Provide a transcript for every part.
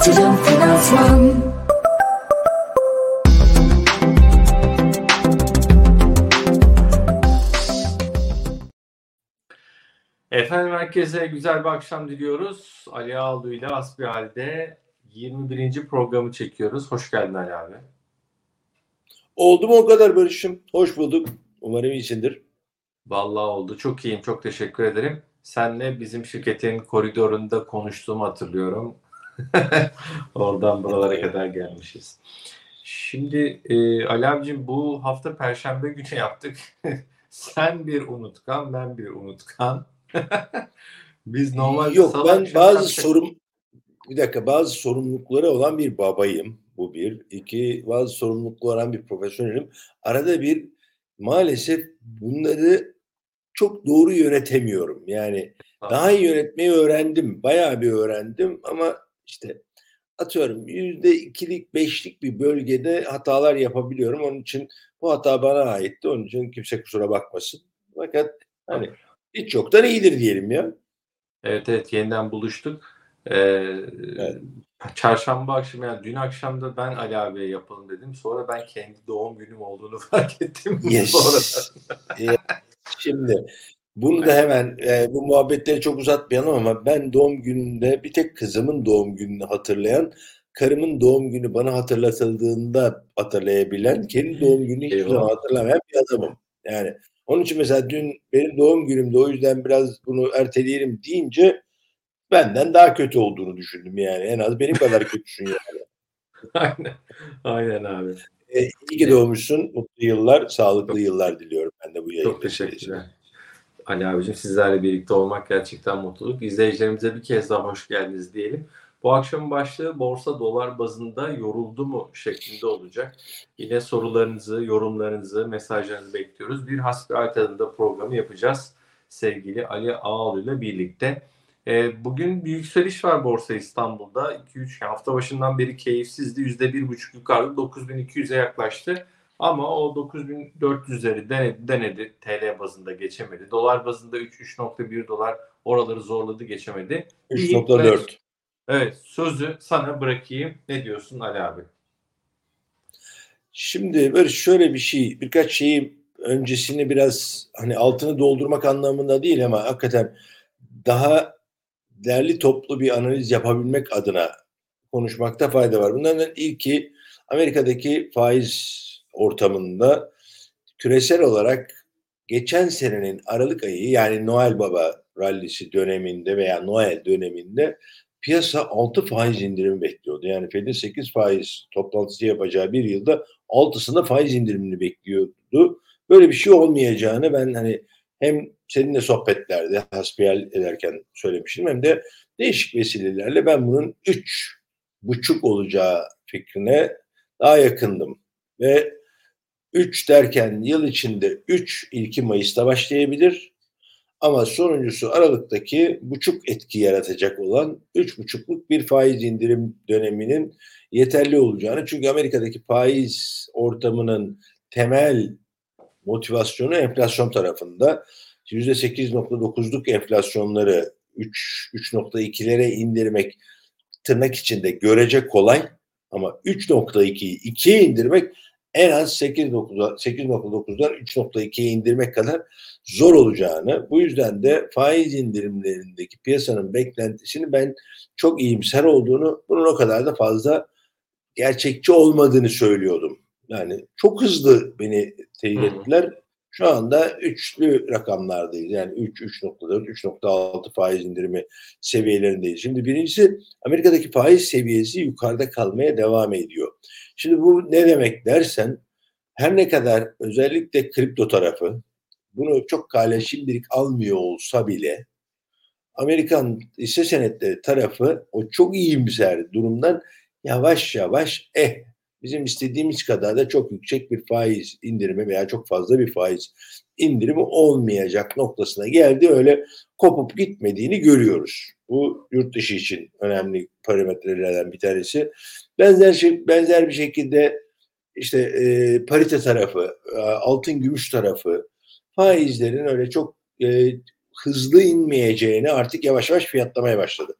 Yatırım Finansman. Efendim herkese güzel bir akşam diliyoruz. Ali Ağaoğlu ile Hasbihal'de 21. programı çekiyoruz. Hoş geldin Ali abi. Oldu mu o kadar Barış'ım? Hoş bulduk. Umarım iyisindir. Vallahi oldu. Çok iyiyim. Çok teşekkür ederim. Senle bizim şirketin koridorunda konuştuğumu hatırlıyorum. Oradan buralara kadar gelmişiz. Şimdi Ali abicim bu hafta Perşembe günü yaptık. Sen bir unutkan, ben bir unutkan. Biz normalde Yok, salı ben akşamı bazı sorumlulukları olan bir babayım. Bu bir. İki, bazı sorumlulukları olan bir profesyonelim. Arada bir maalesef bunları çok doğru yönetemiyorum. Yani daha iyi yönetmeyi öğrendim. Bayağı bir öğrendim ama işte atıyorum %2'lik, 5'lik bir bölgede hatalar yapabiliyorum. Onun için bu hata bana aitti. Onun için kimse kusura bakmasın. Fakat hani hiç yoktan iyidir diyelim ya. Evet yeniden buluştuk. Evet. Çarşamba akşamı yani dün akşam da ben Ali abiye yapalım dedim. Sonra ben kendi doğum günüm olduğunu fark ettim. Yes. Şimdi bunu da hemen bu muhabbetleri çok uzatmayalım ama ben doğum gününde bir tek kızımın doğum gününü hatırlayan, karımın doğum günü bana hatırlatıldığında hatırlayabilen, kendi doğum gününü hiçbir zaman hatırlamayan bir adamım. Yani onun için mesela dün benim doğum günümde o yüzden biraz bunu erteleyelim deyince benden daha kötü olduğunu düşündüm yani. En az benim kadar kötüsün yani. Aynen abi. İyi ki doğmuşsun. Mutlu yıllar, sağlıklı yıllar diliyorum ben de bu yayın Çok teşekkürler. Ali abicim sizlerle birlikte olmak gerçekten mutluluk. İzleyicilerimize bir kez daha hoş geldiniz diyelim. Bu akşamın başlığı borsa dolar bazında yoruldu mu şeklinde olacak. Yine sorularınızı, yorumlarınızı, mesajlarınızı bekliyoruz. Bir hasbihal tadında programı yapacağız sevgili Ali Ağaoğlu ile birlikte. Bugün bir yükseliş var Borsa İstanbul'da. 2-3 hafta başından beri keyifsizdi. %1,5 yukarıda 9.200'e yaklaştı. Ama o 9.400'leri denedi. TL bazında geçemedi. Dolar bazında 3.1 dolar oraları zorladı geçemedi. 3.4. Evet sözü sana bırakayım. Ne diyorsun Ali abi? Şimdi böyle şöyle bir şey, birkaç şeyi öncesini biraz hani altını doldurmak anlamında değil ama hakikaten daha derli toplu bir analiz yapabilmek adına konuşmakta fayda var. Bunların ilki Amerika'daki faiz ortamında küresel olarak geçen senenin Aralık ayı yani Noel Baba rallisi döneminde veya Noel döneminde piyasa 6 faiz indirimi bekliyordu. Yani Fed'in 8 faiz toplantısı yapacağı bir yılda 6'sında faiz indirimini bekliyordu. Böyle bir şey olmayacağını ben hani hem seninle sohbetlerde hasbihal ederken söylemiştim hem de değişik vesilelerle ben bunun 3,5 olacağı fikrine daha yakındım. Ve 3 derken yıl içinde 3 ilki Mayıs'ta başlayabilir. Ama sonuncusu Aralık'taki buçuk etki yaratacak olan 3,5'luk bir faiz indirim döneminin yeterli olacağını. Çünkü Amerika'daki faiz ortamının temel motivasyonu enflasyon tarafında. %8,9'luk enflasyonları 3,2'lere indirmek tırnak içinde görece kolay ama 3,2'yi 2'ye indirmek en az 8,9'dan 3,2'ye indirmek kadar zor olacağını, bu yüzden de faiz indirimlerindeki piyasanın beklentisini ben çok iyimser olduğunu, bunun o kadar da fazla gerçekçi olmadığını söylüyordum. Yani çok hızlı beni teyit ettiler. Şu anda üçlü rakamlardayız. Yani 3, 3,4, 3,6 faiz indirimi seviyelerindeyiz. Şimdi birincisi Amerika'daki faiz seviyesi yukarıda kalmaya devam ediyor. Şimdi bu ne demek dersen her ne kadar özellikle kripto tarafı bunu çok kale şimdilik almıyor olsa bile Amerikan hisse senetleri tarafı o çok iyimser durumdan yavaş yavaş bizim istediğimiz kadar da çok yüksek bir faiz indirimi veya çok fazla bir faiz indirimi olmayacak noktasına geldi. Öyle kopup gitmediğini görüyoruz. Bu yurt dışı için önemli parametrelerden bir tanesi. Benzer bir şekilde işte parite tarafı, altın gümüş tarafı faizlerin öyle çok hızlı inmeyeceğini artık yavaş yavaş fiyatlamaya başladı.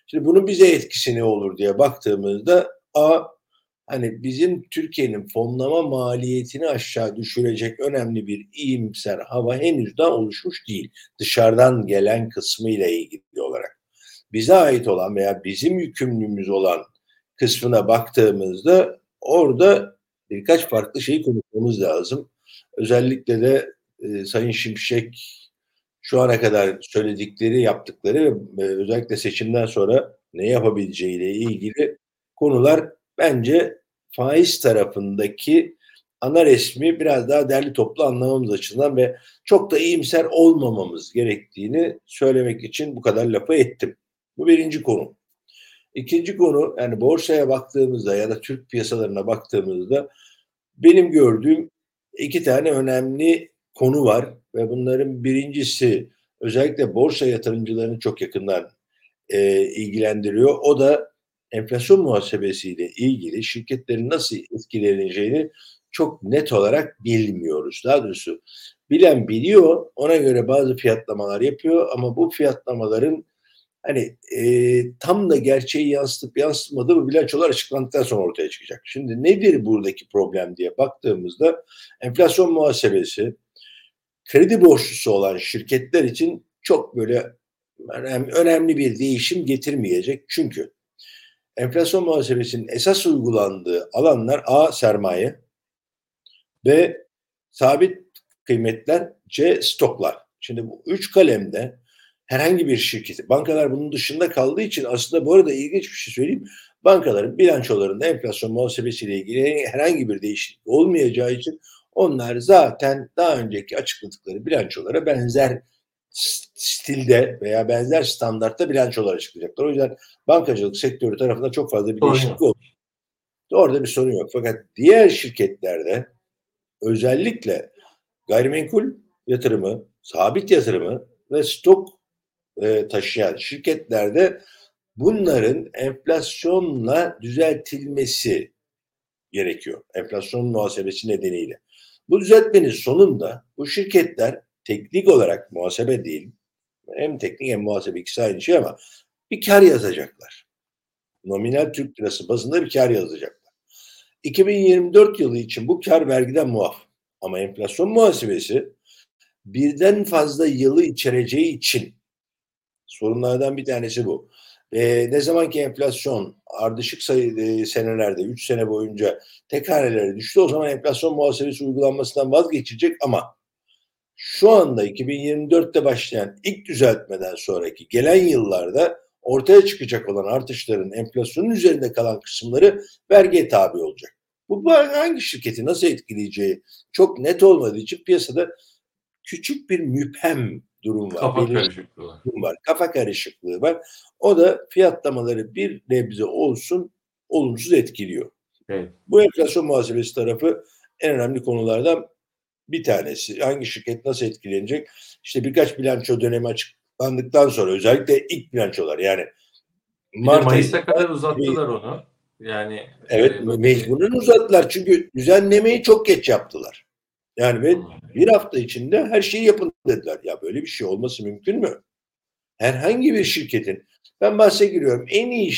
Şimdi bunun bize etkisi ne olur diye baktığımızda hani bizim Türkiye'nin fonlama maliyetini aşağı düşürecek önemli bir iyimser hava henüz daha oluşmuş değil. Dışarıdan gelen kısmıyla ilgili olarak. Bize ait olan veya bizim yükümlülüğümüz olan kısmına baktığımızda orada birkaç farklı şeyi konuşmamız lazım. Özellikle de Sayın Şimşek şu ana kadar söyledikleri, yaptıkları ve özellikle seçimden sonra ne yapabileceğiyle ilgili konular bence faiz tarafındaki ana resmi biraz daha derli toplu anlamamız açısından ve çok da iyimser olmamamız gerektiğini söylemek için bu kadar lafı ettim. Bu birinci konu. İkinci konu, yani borsaya baktığımızda ya da Türk piyasalarına baktığımızda benim gördüğüm iki tane önemli konu var ve bunların birincisi özellikle borsa yatırımcılarını çok yakından ilgilendiriyor. O da enflasyon muhasebesiyle ilgili şirketlerin nasıl etkileneceğini çok net olarak bilmiyoruz. Daha doğrusu bilen biliyor, ona göre bazı fiyatlamalar yapıyor ama bu fiyatlamaların hani tam da gerçeği yansıtıp yansıtmadığı bu bilançolar açıklandıktan sonra ortaya çıkacak. Şimdi nedir buradaki problem diye baktığımızda enflasyon muhasebesi kredi borçlusu olan şirketler için çok böyle önemli bir değişim getirmeyecek. Çünkü enflasyon muhasebesinin esas uygulandığı alanlar A. Sermaye, B. Sabit kıymetler, C. Stoklar. Şimdi bu üç kalemde herhangi bir şirketi, bankalar bunun dışında kaldığı için aslında bu arada ilginç bir şey söyleyeyim. Bankaların bilançolarında enflasyon muhasebesiyle ilgili herhangi bir değişiklik olmayacağı için onlar zaten daha önceki açıkladıkları bilançolara benzer stilde veya benzer standartta bilançolar açıklayacaklar. O yüzden bankacılık sektörü tarafında çok fazla bir değişiklik olmuyor. Orada bir sorun yok. Fakat diğer şirketlerde özellikle gayrimenkul yatırımı, sabit yatırımı ve stok taşıyan şirketlerde bunların enflasyonla düzeltilmesi gerekiyor. Enflasyon muhasebesi nedeniyle. Bu düzeltmenin sonunda bu şirketler teknik olarak muhasebe değil, hem teknik hem muhasebe ikisi aynı şey ama bir kar yazacaklar. Nominal Türk lirası bazında bir kar yazacaklar. 2024 yılı için bu kar vergiden muaf. Ama enflasyon muhasebesi birden fazla yılı içereceği için sorunlardan bir tanesi bu. Ne zaman ki enflasyon ardışık senelerde 3 sene boyunca tek hanelere düştü, o zaman enflasyon muhasebesi uygulanmasından vazgeçecek ama şu anda 2024'te başlayan ilk düzeltmeden sonraki gelen yıllarda ortaya çıkacak olan artışların enflasyonun üzerinde kalan kısımları vergiye tabi olacak. Bu hangi şirketi nasıl etkileyeceği çok net olmadığı için piyasada küçük bir müphem durum var. Kafa karışıklığı var. Kafa karışıklığı var. O da fiyatlamaları bir nebze olsun olumsuz etkiliyor. Evet. Bu enflasyon muhasebesi tarafı en önemli konulardan bir tanesi. Hangi şirket nasıl etkilenecek? İşte birkaç bilanço dönemi açıklandıktan sonra özellikle ilk bilançolar yani Mart Mayıs'a ayında kadar uzattılar onu. Yani evet mecburen uzattılar çünkü düzenlemeyi çok geç yaptılar. Yani ve bir hafta içinde her şeyi yapın dediler. Ya böyle bir şey olması mümkün mü? Herhangi bir şirketin, ben bahse giriyorum,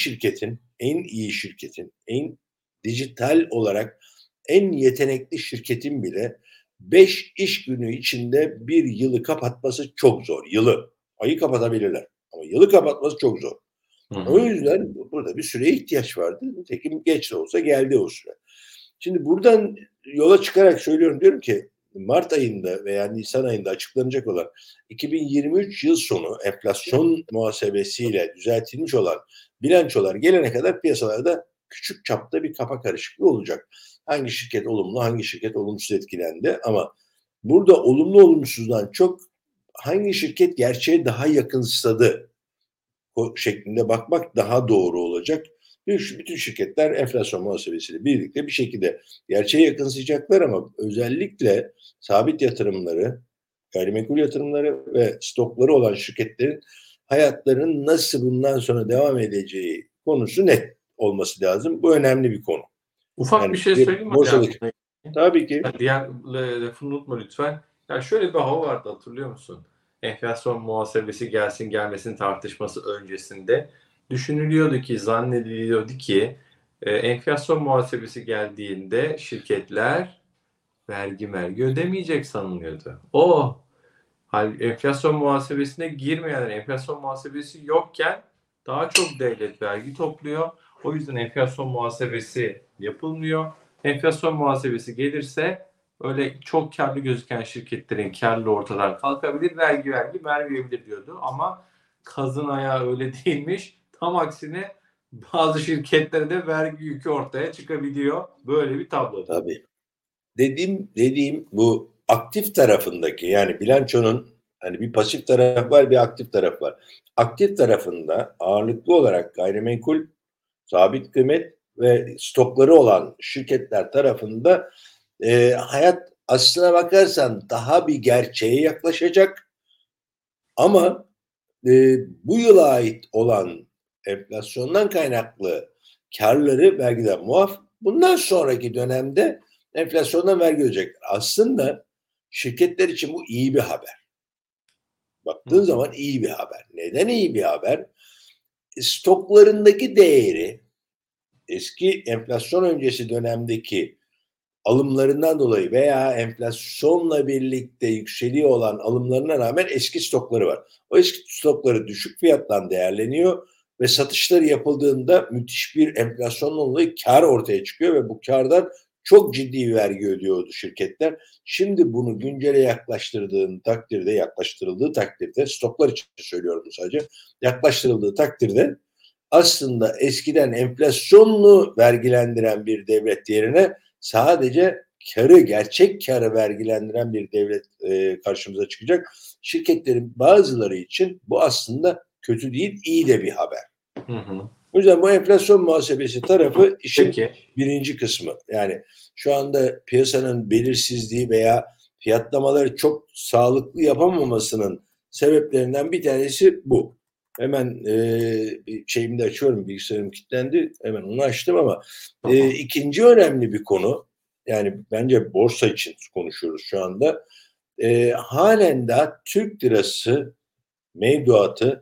en iyi şirketin, en dijital olarak en yetenekli şirketin bile 5 iş günü içinde bir yılı kapatması çok zor. Yılı. Ayı kapatabilirler. Ama yılı kapatması çok zor. O yüzden burada bir süreye ihtiyaç vardı. Nitekim geç de olsa geldi o süre. Şimdi buradan yola çıkarak söylüyorum, diyorum ki Mart ayında veya Nisan ayında açıklanacak olan 2023 yıl sonu enflasyon muhasebesiyle düzeltilmiş olan bilançolar gelene kadar piyasalarda küçük çapta bir kafa karışıklığı olacak. Hangi şirket olumlu, hangi şirket olumsuz etkilendi ama burada olumlu olumsuzdan çok hangi şirket gerçeğe daha yakınsadı şeklinde bakmak daha doğru olacak. Bütün şirketler enflasyon muhasebesiyle birlikte bir şekilde gerçeğe yakınsayacaklar ama özellikle sabit yatırımları, gayrimenkul yatırımları ve stokları olan şirketlerin hayatlarının nasıl bundan sonra devam edeceği konusu net olması lazım. Bu önemli bir konu. Ufak Yani bir şey söyleyeyim mi? borsadaki... Tabii ki. Diğer lafını unutma lütfen. Ya şöyle bir hava vardı, hatırlıyor musun? Enflasyon muhasebesi gelsin gelmesin tartışması öncesinde düşünülüyordu ki, zannediliyordu ki enflasyon muhasebesi geldiğinde şirketler vergi ödemeyecek sanılıyordu. Enflasyon muhasebesine girmeyen, enflasyon muhasebesi yokken daha çok devlet vergi topluyor. O yüzden enflasyon muhasebesi yapılmıyor. Enflasyon muhasebesi gelirse öyle çok karlı gözüken şirketlerin karlı ortadan kalkabilir, vergi vermeyebilir diyordu. Ama kazın ayağı öyle değilmiş. Tam aksine bazı şirketlere de vergi yükü ortaya çıkabiliyor. Böyle bir tablo. Tabii. Dediğim bu aktif tarafındaki, yani bilançonun hani bir pasif tarafı var, bir aktif tarafı var. Aktif tarafında ağırlıklı olarak gayrimenkul, sabit kıymet ve stokları olan şirketler tarafında hayat aslına bakarsan daha bir gerçeğe yaklaşacak, ama bu yıla ait olan enflasyondan kaynaklı karları vergiden muaf. Bundan sonraki dönemde enflasyondan vergi ödeyecek. Aslında şirketler için bu iyi bir haber. Baktığın zaman iyi bir haber. Neden iyi bir haber? Stoklarındaki değeri eski enflasyon öncesi dönemdeki alımlarından dolayı veya enflasyonla birlikte yükseliyor olan alımlarına rağmen eski stokları var. O eski stokları düşük fiyattan değerleniyor ve satışları yapıldığında müthiş bir enflasyonla dolayı kar ortaya çıkıyor ve bu kardan çok ciddi bir vergi ödüyordu şirketler. Şimdi bunu güncele yaklaştırıldığı takdirde, stoklar için söylüyorum sadece, yaklaştırıldığı takdirde aslında eskiden enflasyonlu vergilendiren bir devlet yerine sadece gerçek karı vergilendiren bir devlet karşımıza çıkacak. Şirketlerin bazıları için bu aslında kötü değil, iyi de bir haber. Hı hı. O yüzden bu enflasyon muhasebesi tarafı işin Peki. birinci kısmı. Yani şu anda piyasanın belirsizliği veya fiyatlamaları çok sağlıklı yapamamasının sebeplerinden bir tanesi bu. Hemen bir şeyimi de açıyorum, bilgisayarım kilitlendi. Hemen onu açtım ama ikinci önemli bir konu, yani bence borsa için konuşuyoruz şu anda. Halen daha Türk lirası mevduatı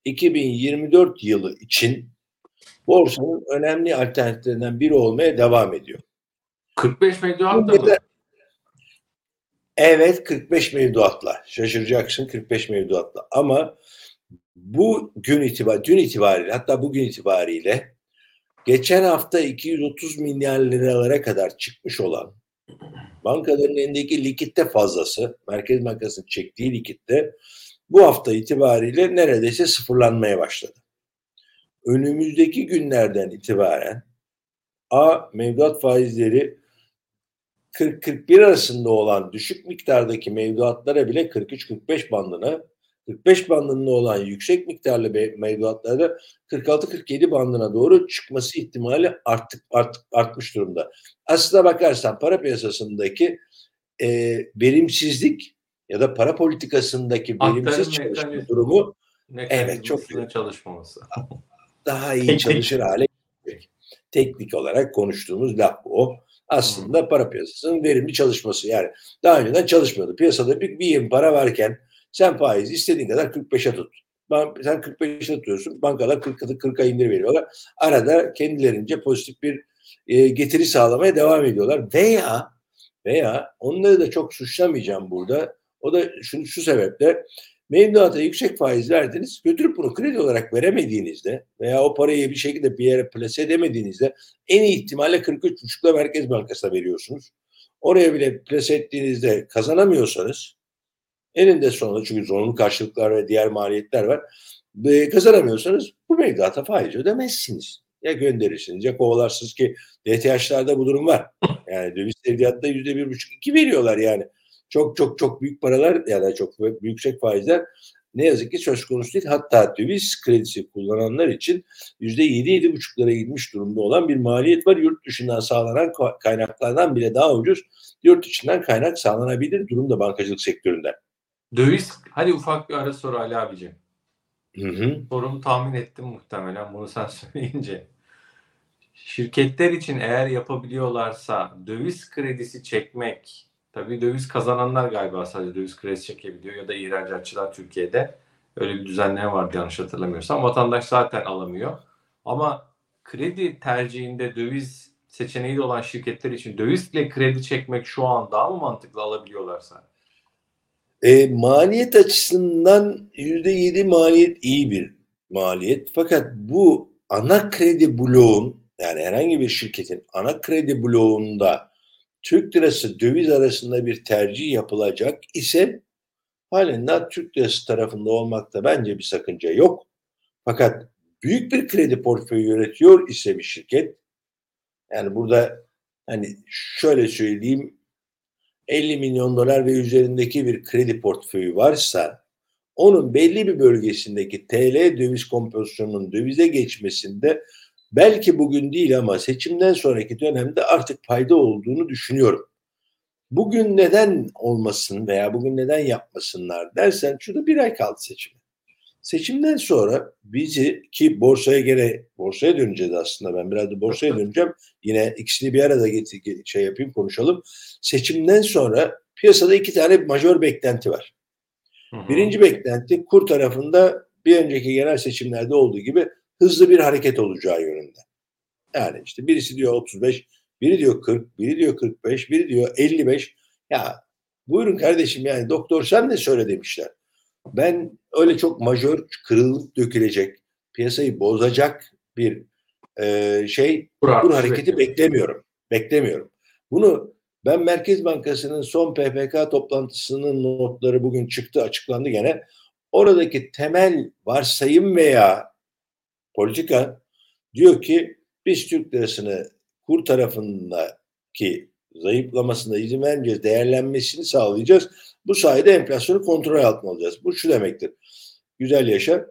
2024 yılı için borsanın önemli alternatiflerinden biri olmaya devam ediyor. 45 mevduatta mı? Evet, 45 mevduatla. Şaşıracaksın, 45 mevduatla. Ama dün itibariyle, hatta bugün itibariyle geçen hafta 230 milyar liralara kadar çıkmış olan bankaların elindeki likitte fazlası, Merkez Bankası'nın çektiği likitte bu hafta itibariyle neredeyse sıfırlanmaya başladı. Önümüzdeki günlerden itibaren mevduat faizleri 40-41 arasında olan düşük miktardaki mevduatlara bile 43-45 bandına, 45 bandında olan yüksek miktarlı mevduatlarda 46-47 bandına doğru çıkması ihtimali artmış durumda. Aslına bakarsan para piyasasındaki verimsizlik ya da para politikasındaki verimsiz çalışma durumu çok çalışmaması. Daha iyi çalışır hale gelecek. Teknik olarak konuştuğumuz laf bu. Aslında para piyasasının verimli çalışması. Yani daha önceden çalışmıyordu. Piyasada bir yığın para varken sen faizi istediğin kadar 45'e tut. Sen 45'e tutuyorsun. Bankalar 40'a indir veriyorlar. Arada kendilerince pozitif bir getiri sağlamaya devam ediyorlar. Veya onları da çok suçlamayacağım burada. O da şu sebeple, mevduata yüksek faiz verdiniz, götürüp bunu kredi olarak veremediğinizde veya o parayı bir şekilde bir yere plase edemediğinizde en iyi ihtimalle 43,5'la Merkez Bankası'na veriyorsunuz. Oraya bile plase ettiğinizde kazanamıyorsanız, eninde sonunda, çünkü zorunlu karşılıklar ve diğer maliyetler var, kazanamıyorsanız bu mevduata faiz ödemezsiniz. Ya gönderirsiniz ya kovalarsınız, ki DTH'larda bu durum var. Yani döviz tevdiatta %1,5-2 veriyorlar yani. Çok büyük paralar ya da çok yüksek faizler ne yazık ki söz konusu değil. Hatta döviz kredisi kullananlar için %7-7,5'lara gitmiş durumda olan bir maliyet var. Yurt dışından sağlanan kaynaklardan bile daha ucuz yurt içinden kaynak sağlanabilir durumda bankacılık sektöründe. Döviz, hadi ufak bir ara soru Ali abicim. Hı. Sorumu tahmin ettim muhtemelen bunu sen söyleyince. Şirketler için eğer yapabiliyorlarsa döviz kredisi çekmek, tabii döviz kazananlar galiba sadece döviz kredisi çekebiliyor ya da ihracatçılar Türkiye'de. Öyle bir düzenleme vardı yanlış hatırlamıyorsam. Vatandaş zaten alamıyor. Ama kredi tercihinde döviz seçeneği de olan şirketler için dövizle kredi çekmek şu an daha mı mantıklı, alabiliyorlarsa? Maliyet açısından %7 maliyet iyi bir maliyet. Fakat bu ana kredi bloğun, yani herhangi bir şirketin ana kredi bloğunda Türk lirası döviz arasında bir tercih yapılacak ise halen daha Türk lirası tarafında olmakta bence bir sakınca yok. Fakat büyük bir kredi portföyü yönetiyor ise bir şirket, yani burada hani şöyle söyleyeyim, 50 milyon dolar ve üzerindeki bir kredi portföyü varsa onun belli bir bölgesindeki TL döviz kompozisyonunun dövize geçmesinde belki bugün değil ama seçimden sonraki dönemde artık fayda olduğunu düşünüyorum. Bugün neden olmasın veya bugün neden yapmasınlar dersen, şurada bir ay kaldı seçim. Seçimden sonra bizi, ki borsaya döneceğiz aslında, ben biraz da borsaya döneceğim. Yine ikisini bir arada konuşalım. Seçimden sonra piyasada iki tane majör beklenti var. Birinci beklenti, kur tarafında bir önceki genel seçimlerde olduğu gibi hızlı bir hareket olacağı yönünde. Yani işte birisi diyor 35, biri diyor 40, biri diyor 45, biri diyor 55. Ya buyurun kardeşim, yani doktor sen de söyle demişler. Ben öyle çok majör, kırılıp dökülecek, piyasayı bozacak bir kur hareketi beklemiyorum. Bunu ben Merkez Bankası'nın son PPK toplantısının notları bugün çıktı, açıklandı gene. Oradaki temel varsayım veya politika diyor ki biz Türk lirasını kur tarafındaki zayıflamasına izin vermeyeceğiz, değerlenmesini sağlayacağız. Bu sayede enflasyonu kontrol altına alacağız. Bu şu demektir. Güzel yaşa.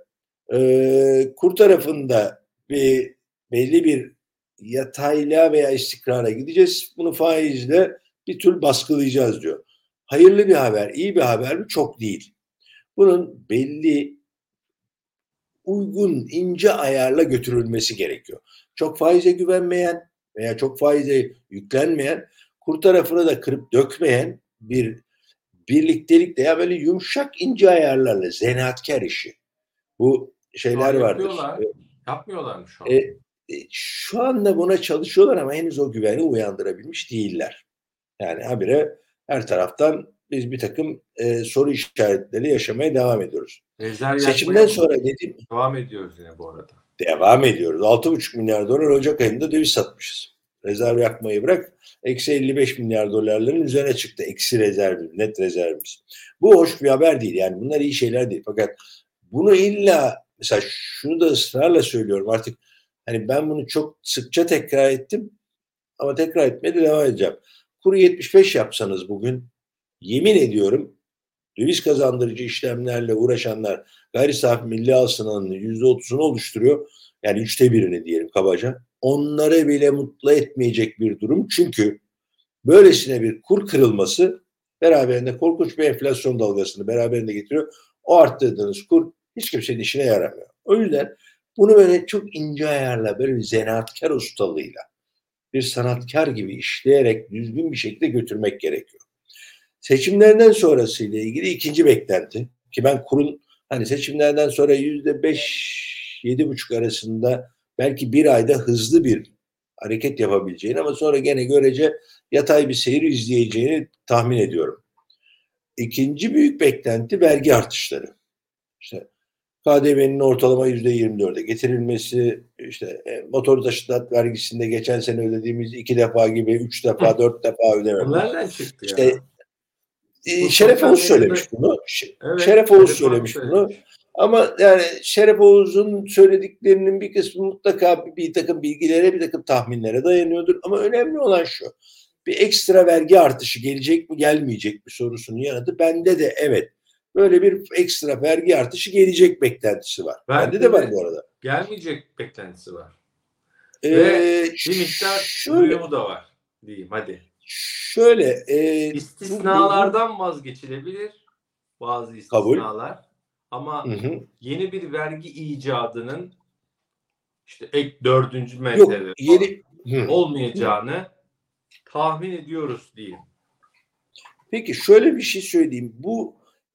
Kur tarafında belli bir yatayla veya istikrara gideceğiz. Bunu faizle bir tür baskılayacağız diyor. Hayırlı bir haber, iyi bir haber mi? Çok değil. Bunun belli uygun, ince ayarla götürülmesi gerekiyor. Çok faize güvenmeyen veya çok faize yüklenmeyen, kur tarafını da kırıp dökmeyen bir birliktelikle, ya böyle yumuşak ince ayarlarla, zanaatkar işi. Bu Şu an şeyler vardır. yapıyorlar. Yapmıyorlar mı şu E, an? Şu anda buna çalışıyorlar ama henüz o güveni uyandırabilmiş değiller. Yani habire her taraftan biz bir takım soru işaretleri yaşamaya devam ediyoruz. Rezerv Seçimden yakmaya sonra dedim, devam ediyoruz yine bu arada. devam ediyoruz. 6,5 milyar dolar Ocak ayında döviz satmışız. Rezerv yakmayı bırak. Eksi 55 milyar dolarların üzerine çıktı. Eksi rezervimiz, net rezervimiz. Bu hoş bir haber değil. Yani bunlar iyi şeyler değil. Fakat bunu illa, mesela şunu da ısrarla söylüyorum artık, hani ben bunu çok sıkça tekrar ettim ama tekrar etmeye de devam edeceğim. Kuru 75 yapsanız bugün, yemin ediyorum, döviz kazandırıcı işlemlerle uğraşanlar gayri safi milli hasılanın %30'unu oluşturuyor. Yani 1/3'ünü diyelim kabaca. Onları bile mutlu etmeyecek bir durum. Çünkü böylesine bir kur kırılması beraberinde korkunç bir enflasyon dalgasını beraberinde getiriyor. O arttırdığınız kur hiç kimsenin işine yaramıyor. O yüzden bunu böyle çok ince ayarla, böyle bir zanaatkar ustalığıyla, bir sanatkar gibi işleyerek düzgün bir şekilde götürmek gerekiyor. Seçimlerden sonrasıyla ilgili ikinci beklenti, ki ben kurun hani seçimlerden sonra %5-7,5 arasında belki bir ayda hızlı bir hareket yapabileceğini ama sonra gene görece yatay bir seyir izleyeceğini tahmin ediyorum. İkinci büyük beklenti vergi artışları. İşte KDV'nin ortalama %24'e getirilmesi, işte motor taşıt vergisinde geçen sene ödediğimiz 2 defa gibi 3 defa 4 defa ödememiz. Nereden çıktı İşte ya? Bu Şeref sosyal Oğuz medyada söylemiş bunu. evet, Şeref Oğuz Şeref Hanım söylemiş bunu. söylemiş. Ama yani Şeref Oğuz'un söylediklerinin bir kısmı mutlaka bir takım bilgilere, bir takım tahminlere dayanıyordur. Ama önemli olan şu: bir ekstra vergi artışı gelecek mi, gelmeyecek mi sorusunun yanıtı bende de evet. Böyle bir ekstra vergi artışı gelecek beklentisi var. Bende de var bu arada. Gelmeyecek beklentisi var. Ve bir miktar Şöyle, duyumu da var diyeyim hadi. şöyle İstisnalardan vazgeçilebilir bazı kabul. istisnalar ama Hı hı. yeni bir vergi icadının işte ek dördüncü Yok, MTV yeni olmayacağını tahmin ediyoruz diyeyim. Peki şöyle bir şey söyleyeyim. Bu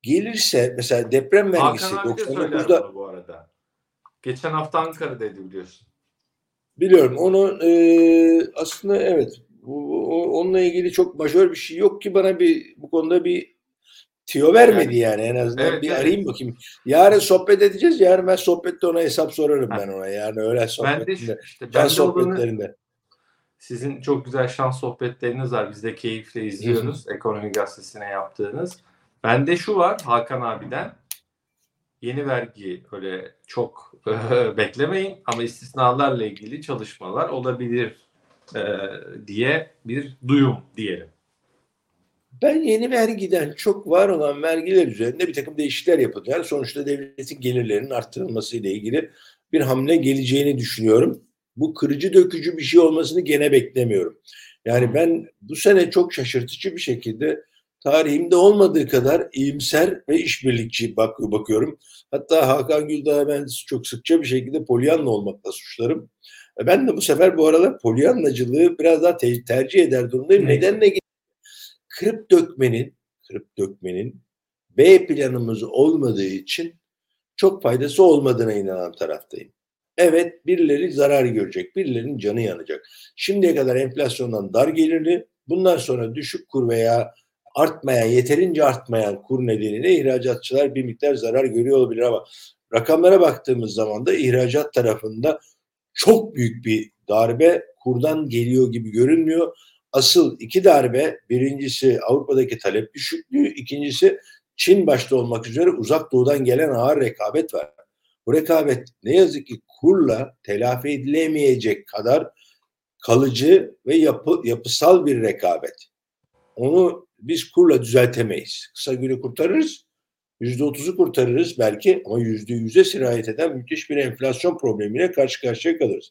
gelirse mesela deprem Hakan vergisi abi de söyler 99'da bunu bu arada. Geçen hafta Ankara'daydı biliyorsun. biliyorum onu aslında evet onunla ilgili çok majör bir şey yok ki bana bu konuda bir tüyo vermedi Yani yani en azından evet bir evet. arayayım bakayım. Yarın sohbet edeceğiz. Yarın ben sohbette ona hesap sorarım Heh. ben ona. Yani öğlen Ben de sohbetinde, işte şans ben de olanı sohbetlerinde. sizin çok güzel şans sohbetleriniz var. Biz de keyifle izliyoruz. Ekonomi Gazetesi'ne yaptığınız. Bende şu var Hakan abiden. Yeni vergi öyle çok beklemeyin ama istisnalarla ilgili çalışmalar olabilir e, diye bir duyum diyelim. Ben yeni vergiden çok var olan vergiler üzerinde bir takım değişiklikler yapılacağını, sonuçta devletin gelirlerinin arttırılması ile ilgili bir hamle geleceğini düşünüyorum. Bu kırıcı dökücü bir şey olmasını gene beklemiyorum. Yani Hmm. ben bu sene çok şaşırtıcı bir şekilde tarihimde olmadığı kadar iyimser ve işbirlikçi bakıyorum. Hatta Hakan Güldağ'a ben çok sıkça bir şekilde Pollyanna olmakla suçlarım. Ben de bu sefer bu aralar Pollyannacılığı biraz daha tercih eder durumdayım. Ne Neden gibi? ne kırıp dökmenin B planımız olmadığı için çok faydası olmadığına inanan taraftayım. Evet birileri zarar görecek, birilerinin canı yanacak. Şimdiye kadar enflasyondan dar gelirli, bundan sonra düşük kur veya yeterince artmayan kur nedeniyle ihracatçılar bir miktar zarar görüyor olabilir ama rakamlara baktığımız zaman da ihracat tarafında çok büyük bir darbe kurdan geliyor gibi görünmüyor. Asıl iki darbe, birincisi Avrupa'daki talep düşüklüğü, ikincisi Çin başta olmak üzere uzak doğudan gelen ağır rekabet var. Bu rekabet ne yazık ki kurla telafi edilemeyecek kadar kalıcı ve yapısal bir rekabet. Onu biz kurla düzeltemeyiz. Kısa günü kurtarırız, %30'u kurtarırız belki ama %100'e sirayet eden müthiş bir enflasyon problemiyle karşı karşıya kalırız.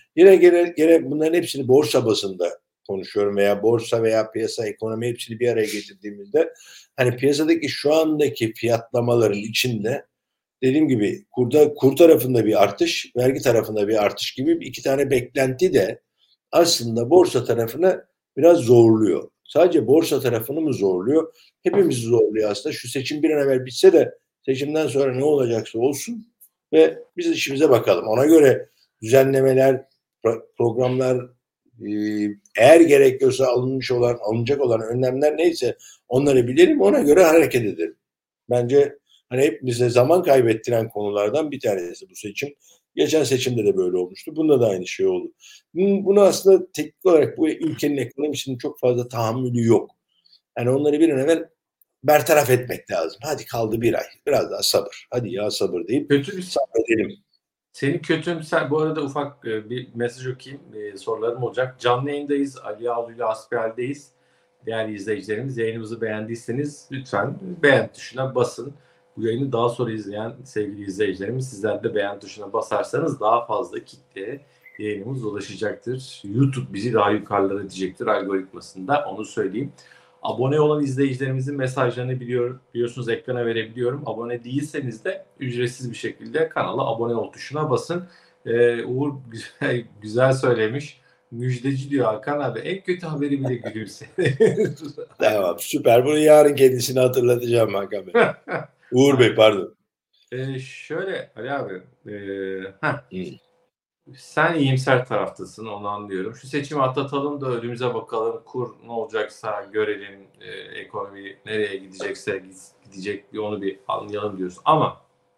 Yine bunların hepsini borsa bazında konuşuyorum veya borsa veya piyasa ekonomi hepsini bir araya getirdiğimizde hani piyasadaki şu andaki fiyatlamaların içinde dediğim gibi kur tarafında bir artış, vergi tarafında bir artış gibi iki tane beklenti de aslında borsa tarafını biraz zorluyor. Sadece borsa tarafını mı zorluyor? Hepimizi zorluyor aslında. Şu seçim bir an evvel bitse de seçimden sonra ne olacaksa olsun ve biz işimize bakalım. Ona göre düzenlemeler, programlar, eğer gerekiyorsa alınacak olan önlemler neyse onları bilelim, ona göre hareket edelim. Bence hani hepimize zaman kaybettiren konulardan bir tanesi bu seçim. Geçen seçimde de böyle olmuştu. Bunda da aynı şey oldu. Bunu aslında teknik olarak bu ülkenin ekonomisinin çok fazla tahammülü yok. Yani onları bir an evvel bertaraf etmek lazım. Hadi kaldı bir ay. Biraz daha sabır. Hadi ya sabır deyip Kötü bir sabredelim. Seni kötümser, bu arada ufak bir mesaj okuyayım, sorularım olacak. Canlı yayındayız, Ali Ağulu ile Asbel'deyiz. Değerli izleyicilerimiz, yayınımızı beğendiyseniz lütfen beğen tuşuna basın. Bu yayını daha sonra izleyen sevgili izleyicilerimiz, sizler de beğen tuşuna basarsanız daha fazla kitleye yayınımız ulaşacaktır. YouTube bizi daha yukarılara edecektir algoritmasında, onu söyleyeyim. Abone olan izleyicilerimizin mesajlarını biliyorsunuz ekrana verebiliyorum. Abone değilseniz de ücretsiz bir şekilde kanala abone ol tuşuna basın. Uğur güzel söylemiş. Müjdeci diyor Hakan abi. En kötü haberi bile gülümse. Tamam süper. Bunu yarın kendisine hatırlatacağım Hakan Bey. Uğur Bey pardon. Şöyle Ali abi. Hı. Sen iyimser taraftasın, onu anlıyorum. Şu seçimi atlatalım da önümüze bakalım. Kur ne olacaksa görelim. Ekonomi nereye gidecekse gidecek, onu bir anlayalım diyoruz. Ama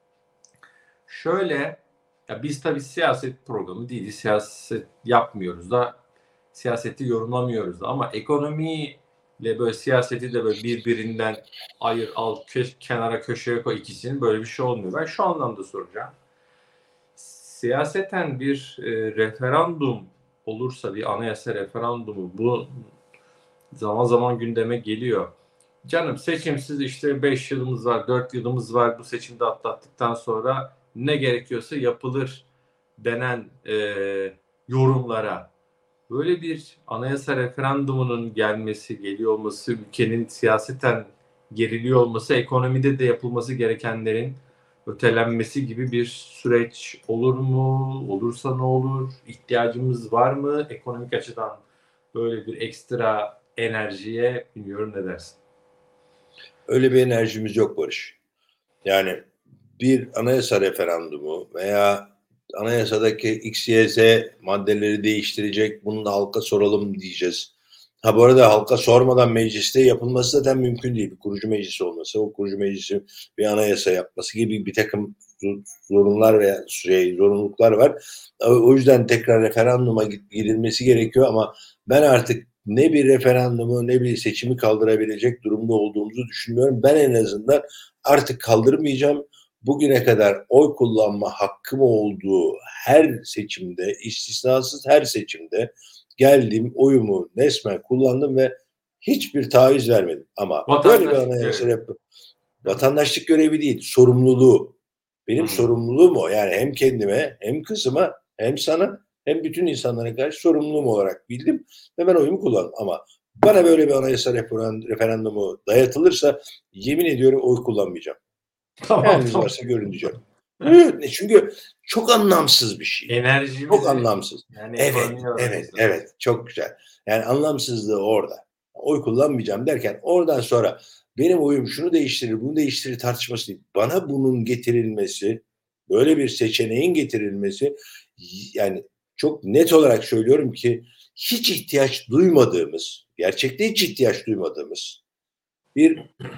şöyle, ya biz tabii siyaset programı değiliz. Siyaset yapmıyoruz da, siyaseti yorumlamıyoruz da, ama ekonomiyle böyle siyaseti de böyle birbirinden ayır, al, kenara köşeye koy, ikisinin böyle bir şey olmuyor. Ben şu anlamda soracağım. Siyaseten bir referandum olursa, bir anayasa referandumu, bu zaman zaman gündeme geliyor. Canım seçimsiz işte 5 yılımız var, 4 yılımız var, bu seçimde atlattıktan sonra ne gerekiyorsa yapılır denen yorumlara, böyle bir anayasa referandumunun geliyor olması, ülkenin siyaseten geriliyor olması, ekonomide de yapılması gerekenlerin ötelenmesi gibi bir süreç olur mu? Olursa ne olur? İhtiyacımız var mı ekonomik açıdan böyle bir ekstra enerjiye? Bilmiyorum, ne dersin? Öyle bir enerjimiz yok Barış. Yani bir anayasa referandumu veya anayasadaki X, Y, Z maddeleri değiştirecek, bunu da halka soralım diyeceğiz. Ha bu arada halka sormadan mecliste yapılması zaten mümkün değil. Bir kurucu meclis olması, o kurucu meclisin bir anayasa yapması gibi bir takım zorunlar veya zorunluluklar var. O yüzden tekrar referanduma gidilmesi gerekiyor ama ben artık ne bir referandumu ne bir seçimi kaldırabilecek durumda olduğumuzu düşünmüyorum. Ben en azından artık kaldırmayacağım. Bugüne kadar oy kullanma hakkım olduğu her seçimde, istisnasız her seçimde geldim, oyumu resmen kullandım ve hiçbir taviz vermedim. Ama böyle bir Vatandaşlık anayasa görevi. Değil mi? vatandaşlık görevi değil, sorumluluğu. Benim Hı. sorumluluğum o. Yani hem kendime, hem kızıma, hem sana, hem bütün insanlara karşı sorumluluğum olarak bildim ve ben oyumu kullandım. Ama bana böyle bir anayasa referandumu dayatılırsa yemin ediyorum oy kullanmayacağım. Ne Tamam haliniz tamam. varsa görün diyeceğim. Evet, çünkü çok anlamsız bir şey. Çok Enerjimizi anlamsız. yani Evet, ekonomiye evet, vermemiz lazım. evet. Çok güzel. Yani anlamsızlığı orada. Oy kullanmayacağım derken oradan sonra benim oyum şunu değiştirir, bunu değiştirir tartışması değil. Bana bunun getirilmesi, böyle bir seçeneğin getirilmesi yani çok net olarak söylüyorum ki hiç ihtiyaç duymadığımız, gerçekte hiç ihtiyaç duymadığımız bir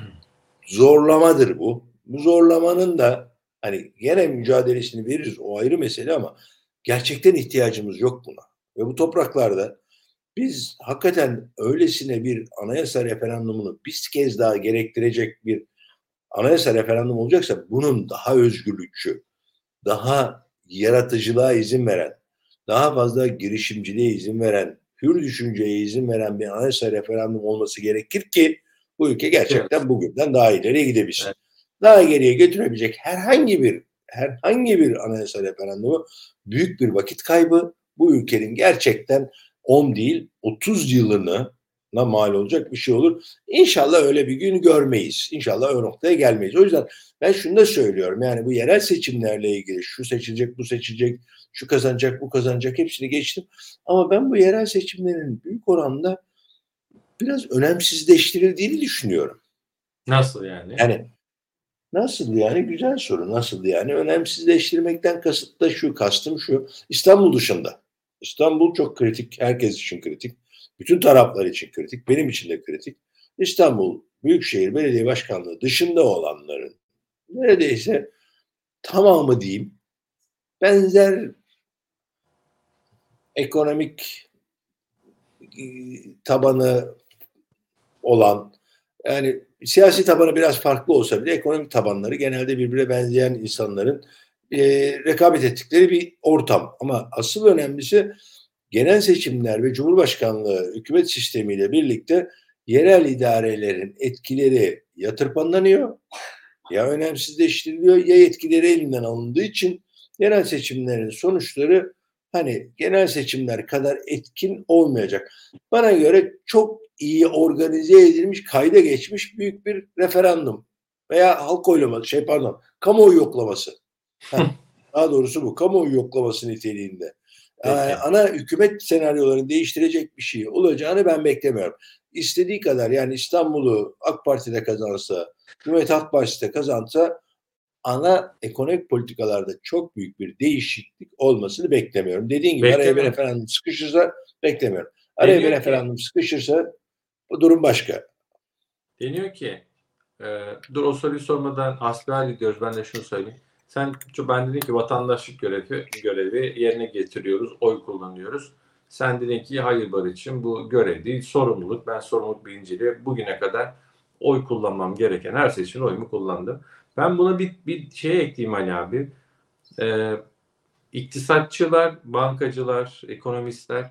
zorlamadır bu. Bu zorlamanın da hani gene mücadelesini veririz o ayrı mesele ama gerçekten ihtiyacımız yok buna. Ve bu topraklarda biz hakikaten öylesine bir anayasa referandumunu bir kez daha gerektirecek bir anayasa referandumu olacaksa bunun daha özgürlükçü, daha yaratıcılığa izin veren, daha fazla girişimciliğe izin veren, hür düşünceye izin veren bir anayasa referandum olması gerekir ki bu ülke Evet. gerçekten bugünden daha ileriye gidebilsin. Evet. Daha geriye götürebilecek herhangi bir anayasa referandumu büyük bir vakit kaybı. Bu ülkenin gerçekten 10 değil 30 yılına mal olacak bir şey olur. İnşallah öyle bir gün görmeyiz. İnşallah o noktaya gelmeyiz. O yüzden ben şunu da söylüyorum. Yani bu yerel seçimlerle ilgili şu seçilecek, bu seçilecek, şu kazanacak, bu kazanacak hepsini geçtim. Ama ben bu yerel seçimlerin büyük oranda biraz önemsizleştirildiğini düşünüyorum. Nasıl yani? Yani nasıl yani? Güzel soru. Nasıl yani? Önemsizleştirmekten kasıt da şu, kastım şu. İstanbul dışında. İstanbul çok kritik. Herkes için kritik. Bütün taraflar için kritik. Benim için de kritik. İstanbul Büyükşehir Belediye Başkanlığı dışında olanların neredeyse tamamı diyeyim benzer ekonomik tabanı olan yani siyasi tabanı biraz farklı olsa bile ekonomik tabanları genelde birbirine benzeyen insanların rekabet ettikleri bir ortam. Ama asıl önemlisi genel seçimler ve Cumhurbaşkanlığı hükümet sistemiyle birlikte yerel idarelerin etkileri ya tırpanlanıyor ya önemsizleştiriliyor ya yetkileri elinden alındığı için yerel seçimlerin sonuçları hani genel seçimler kadar etkin olmayacak. Bana göre çok iyi organize edilmiş, kayda geçmiş büyük bir referandum veya halk oylaması, kamuoyu yoklaması. Heh, daha doğrusu bu, kamuoyu yoklaması niteliğinde. Peki. Ana hükümet senaryolarını değiştirecek bir şey olacağını ben beklemiyorum. İstediği kadar yani İstanbul'u AK Parti'de kazansa, Cumhuriyet Halk Partisi'de kazansa ana ekonomik politikalarda çok büyük bir değişiklik olmasını beklemiyorum. Dediğin gibi araya bir Beklemiyorum. referandum sıkışırsa beklemiyorum. Araya bir Deniyor ki referandum sıkışırsa bu durum başka. deniyor ki dur o soruyu sormadan asbel ediyoruz. Ben de şunu söyleyeyim. Ben dedim ki vatandaşlık görevi yerine getiriyoruz. Oy kullanıyoruz. Sen dedin ki hayır Barış'ım bu görev değil sorumluluk. Ben sorumluluk bilinciyle bugüne kadar oy kullanmam gereken her seçimde oyumu kullandım. Ben buna bir şey ekleyeyim Ali abi. E, iktisatçılar, bankacılar, ekonomistler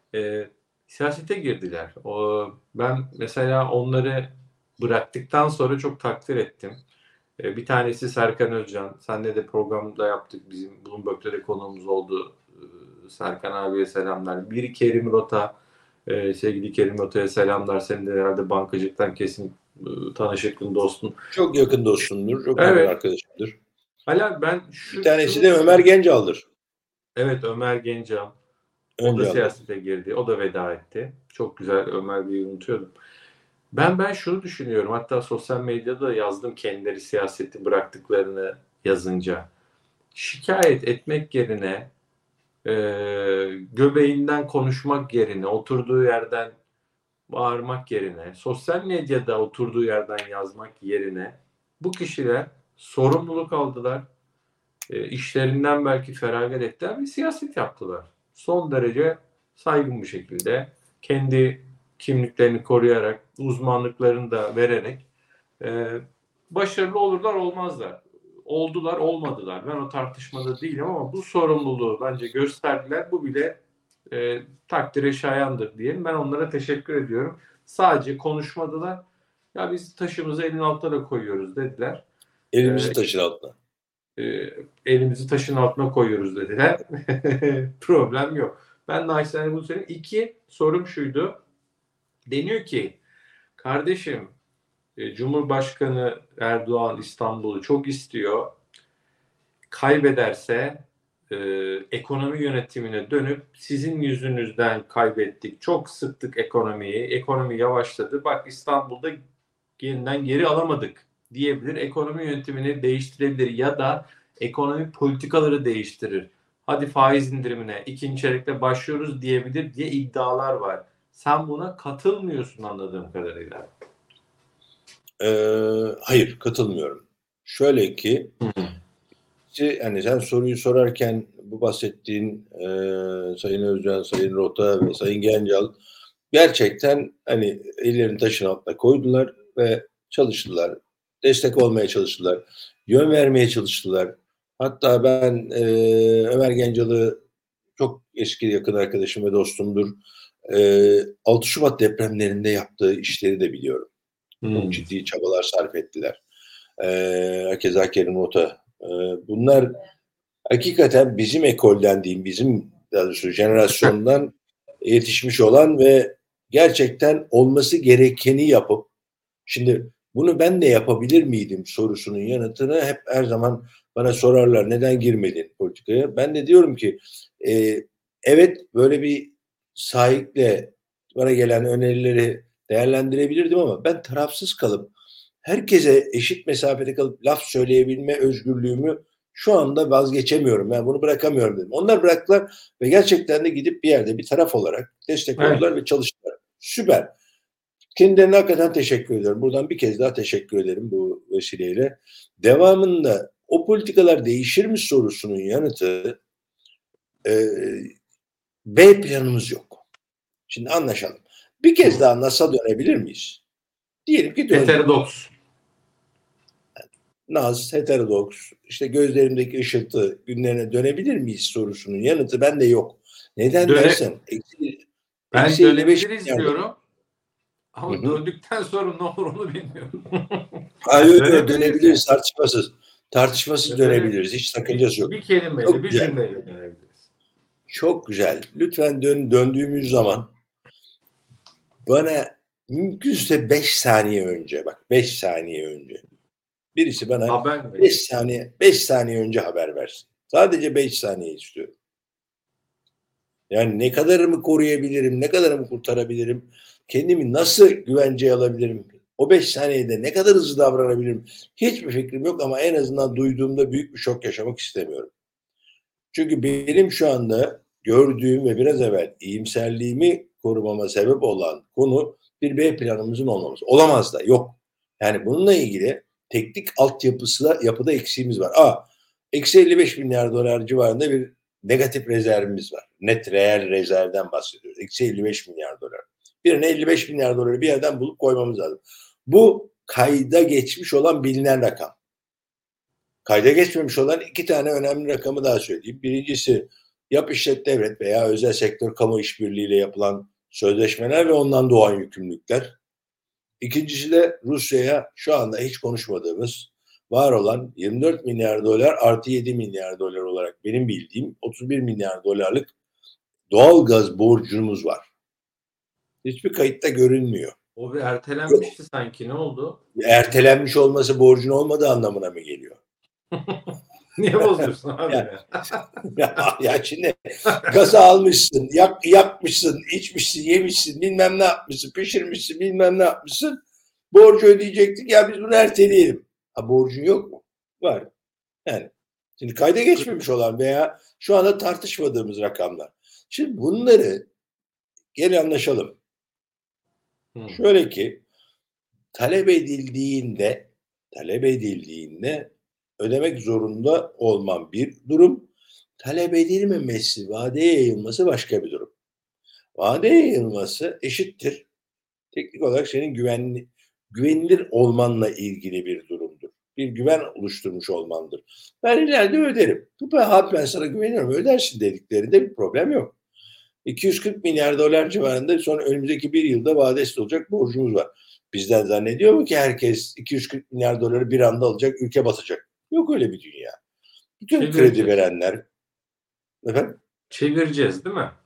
siyasete girdiler. Ben mesela onları bıraktıktan sonra çok takdir ettim. Bir tanesi Serkan Özcan. Senle de programda yaptık. Bizim Bloomberg'de de konuğumuz oldu. Serkan abiye selamlar. Bir Kerim Rota. Sevgili Kerim Rota'ya selamlar. Senin de herhalde bankacılıktan kesin tanışıklığın, dostun. Çok yakın dostumdur, çok yakın Evet. arkadaşımdır. Hala ben Bir tanesi şunu de Ömer düşünüyorum. Gencal'dır. Evet Ömer Gencam. O da Öncal'dır. siyasete girdi. O da veda etti. Çok güzel Ömer Bey'i unutuyordum. Ben şunu düşünüyorum. Hatta sosyal medyada yazdım kendileri siyaseti bıraktıklarını yazınca. Şikayet etmek yerine, göbeğinden konuşmak yerine, oturduğu yerden bağırmak yerine, sosyal medyada oturduğu yerden yazmak yerine bu kişiler sorumluluk aldılar. İşlerinden belki feragat ettiler ve siyaset yaptılar. Son derece saygın bir şekilde kendi kimliklerini koruyarak, uzmanlıklarını da vererek başarılı olurlar olmazlar. Oldular olmadılar. Ben o tartışmada değilim ama bu sorumluluğu bence gösterdiler. Bu bile takdire şayandır diyelim. Ben onlara teşekkür ediyorum. Sadece konuşmadılar. Ya biz taşımızı elin altına da koyuyoruz dediler. Elimizi taşın altına. Elimizi taşın altına koyuyoruz dediler. Problem yok. Ben naçizane bunu söyleyeyim. İki, sorum şuydu. Deniyor ki kardeşim Cumhurbaşkanı Erdoğan İstanbul'u çok istiyor. Kaybederse ekonomi yönetimine dönüp sizin yüzünüzden kaybettik. Çok sıktık ekonomiyi. Ekonomi yavaşladı. Bak İstanbul'da yeniden geri alamadık diyebilir. Ekonomi yönetimini değiştirebilir ya da ekonomi politikaları değiştirir. Hadi faiz indirimine ikinci çeyrekte başlıyoruz diyebilir diye iddialar var. Sen buna katılmıyorsun anladığım kadarıyla. Hayır, katılmıyorum. Şöyle ki, yani sen soruyu sorarken bu bahsettiğin Sayın Özcan, Sayın Rota ve Sayın Gencal gerçekten hani ellerini taşın altına koydular ve çalıştılar. Destek olmaya çalıştılar. Yön vermeye çalıştılar. Hatta ben Ömer Gencal'ı çok eski yakın arkadaşım ve dostumdur. 6 Şubat depremlerinde yaptığı işleri de biliyorum. Çok ciddi çabalar sarf ettiler. Keza Kerim Ota. Bunlar hakikaten bizim ekolden diyeyim, bizim daha doğrusu jenerasyondan yetişmiş olan ve gerçekten olması gerekeni yapıp, şimdi bunu ben de yapabilir miydim sorusunun yanıtını hep her zaman bana sorarlar, neden girmedin politikaya? Ben de diyorum ki evet, böyle bir sahiple bana gelen önerileri değerlendirebilirdim ama ben tarafsız kalıp herkese eşit mesafede kalıp laf söyleyebilme özgürlüğümü şu anda vazgeçemiyorum. Ben bunu bırakamıyorum dedim. Onlar bıraktılar ve gerçekten de gidip bir yerde bir taraf olarak destek Evet. oldular ve çalıştılar. Süper. Kendilerine hakikaten teşekkür ediyorum. Buradan bir kez daha teşekkür ederim bu vesileyle. Devamında o politikalar değişir mi sorusunun yanıtı B planımız yok. Şimdi anlaşalım. Bir kez daha NAS'a dönebilir miyiz? Diyelim ki döndük. Heterodoks. Naz, heterodoks, işte gözlerimdeki ışıltı günlerine dönebilir miyiz sorusunun yanıtı bende yok. Neden dersen Ben eksi 55 dönebiliriz milyar dolar. diyorum. Ama döndükten sonra ne olur onu bilmiyorum. Hayır, Dönebiliriz yani. dönebiliriz tartışmasız. Tartışmasız dönebiliriz. Hiç sakıncası yok. Bir kelimeyle, Çok bir güzel. cümleyle dönebiliriz. Çok güzel. Lütfen döndüğümüz zaman bana mümkünse 5 saniye önce, bak 5 saniye önce birisi bana Haber 5 saniye önce haber versin. Sadece 5 saniye istiyorum. Yani ne kadarımı koruyabilirim, ne kadarımı kurtarabilirim, kendimi nasıl güvenceye alabilirim, o 5 saniyede ne kadar hızlı davranabilirim, hiçbir fikrim yok ama en azından duyduğumda büyük bir şok yaşamak istemiyorum. Çünkü benim şu anda gördüğüm ve biraz evvel iyimserliğimi korumama sebep olan konu bir B planımızın olmaması. Olamaz da, yok. Yani bununla ilgili teknik yapıda eksiğimiz var. Eksi 55 milyar dolar civarında bir negatif rezervimiz var. Net reel rezervden bahsediyoruz. Eksi 55 milyar dolar. Birine 55 milyar doları bir yerden bulup koymamız lazım. Bu kayda geçmiş olan bilinen rakam. Kayda geçmemiş olan iki tane önemli rakamı daha söyleyeyim. Birincisi, yap işlet devlet veya özel sektör kamu işbirliğiyle yapılan sözleşmeler ve ondan doğan yükümlülükler. İkincisi de Rusya'ya şu anda hiç konuşmadığımız, var olan 24 milyar dolar artı 7 milyar dolar olarak benim bildiğim 31 milyar dolarlık doğal gaz borcumuz var. Hiçbir kayıtta görünmüyor. O bir ertelenmişti sanki. Ne oldu? Ertelenmiş olması borcun olmadığı anlamına mı geliyor? Niye bozuyorsun abi Yani, ya? ya şimdi gaza almışsın, yakmışsın, içmişsin, yemişsin, bilmem ne yapmışsın, pişirmişsin, bilmem ne yapmışsın. Borcu ödeyecektik ya biz bunu erteleyelim. Ha, borcun yok mu? Var. Yani şimdi kayda geçmemiş olan veya şu anda tartışmadığımız rakamlar. Şimdi bunları gel anlaşalım. Şöyle ki talep edildiğinde ödemek zorunda olman bir durum. Talep edilmemesi, vadeye yayılması başka bir durum. Vadeye yayılması eşittir. Teknik olarak senin güvenilir olmanla ilgili bir durumdur. Bir güven oluşturmuş olmandır. Ben ileride öderim. Abi ben sana güveniyorum ödersin dediklerinde bir problem yok. 240 milyar dolar civarında sonra önümüzdeki bir yılda vadesi olacak borcumuz var. Bizden zannediyor mu ki herkes 240 milyar doları bir anda alacak, ülke batacak? Yok öyle bir dünya. Bütün kredi verenler, efendim? Çevireceğiz değil mi?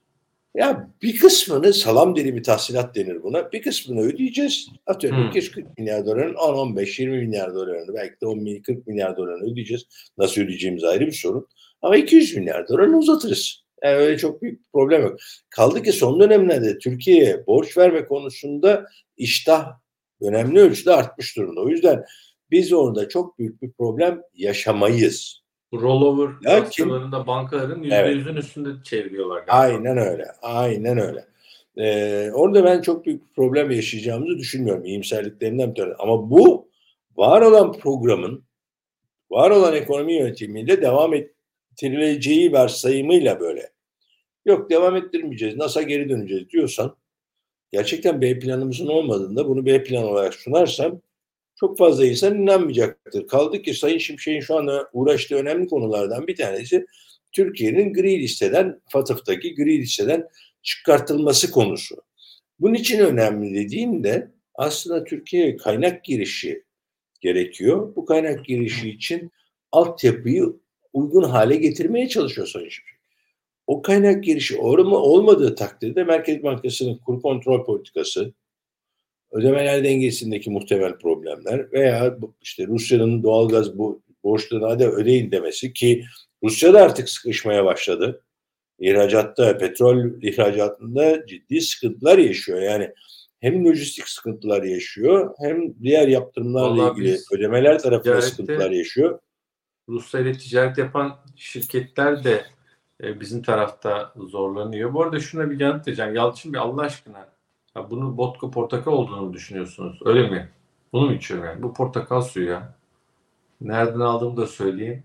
Ya bir kısmını salam dilimi tahsilat denir buna. Bir kısmını ödeyeceğiz. Atıyorum 240 milyar doların 10, 15, 20 milyar dolarını belki de 10, 40 milyar dolarını ödeyeceğiz. Nasıl ödeyeceğimiz ayrı bir sorun. Ama 200 milyar dolarını uzatırız. Yani öyle çok büyük bir problem yok. Kaldı ki son dönemlerde Türkiye'ye borç verme konusunda iştah önemli ölçüde artmış durumda. O yüzden biz orada çok büyük bir problem yaşamayız. Rollover Lakin dosyalarında bankaların evet, %100'ün üstünde çeviriyorlar galiba. aynen öyle. Aynen öyle. Orada ben çok büyük bir problem yaşayacağımızı düşünmüyorum. İyimserliklerinden bir tanesi. Ama bu var olan programın, var olan ekonomi yönetimiyle devam ettirileceği varsayımıyla böyle. Yok devam ettirmeyeceğiz, NAS'a geri döneceğiz diyorsan gerçekten B planımızın olmadığında bunu B plan olarak sunarsam çok fazla insan inanmayacaktır. Kaldı ki Sayın Şimşek'in şu anda uğraştığı önemli konulardan bir tanesi Türkiye'nin gri listeden, FATF'taki gri listeden çıkartılması konusu. Bunun için önemli dediğimde aslında Türkiye'ye kaynak girişi gerekiyor. Bu kaynak girişi için altyapıyı uygun hale getirmeye çalışıyor Sayın Şimşek. O kaynak girişi olmadığı takdirde Merkez Bankası'nın kur kontrol politikası, ödemeler dengesindeki muhtemel problemler veya işte Rusya'nın doğalgaz borçlarını hadi ödeyin demesi ki Rusya da artık sıkışmaya başladı. İhracatta, petrol ihracatında ciddi sıkıntılar yaşıyor. Yani hem lojistik sıkıntılar yaşıyor hem diğer yaptırımlarla Vallahi ilgili biz ödemeler tarafında sıkıntılar ticarette yaşıyor. Rusya ile ticaret yapan şirketler de bizim tarafta zorlanıyor. Bu arada şuna bir yanıt vereceğim. Yalçın Bey Allah aşkına ya bunu vodka portakal olduğunu mu düşünüyorsunuz? Öyle mi? Bunu mu içiyorum yani? Bu portakal suyu ya. Nereden aldığımı da söyleyeyim.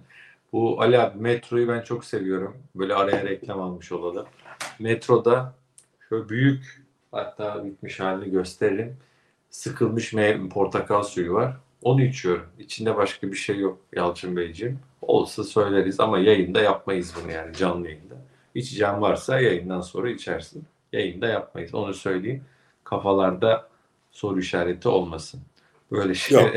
Bu Ali abi metroyu ben çok seviyorum. Böyle araya reklam almış olalım. Metroda şöyle büyük hatta bitmiş halini gösteririm. Sıkılmış portakal suyu var. Onu içiyorum. İçinde başka bir şey yok Yalçın Beyciğim. Olsa söyleriz ama yayında yapmayız bunu yani canlı yayında. İçeceğim varsa yayından sonra içersin. Yayında yapmayız. Onu söyleyeyim. Kafalarda soru işareti olmasın. Böyle şey Yok,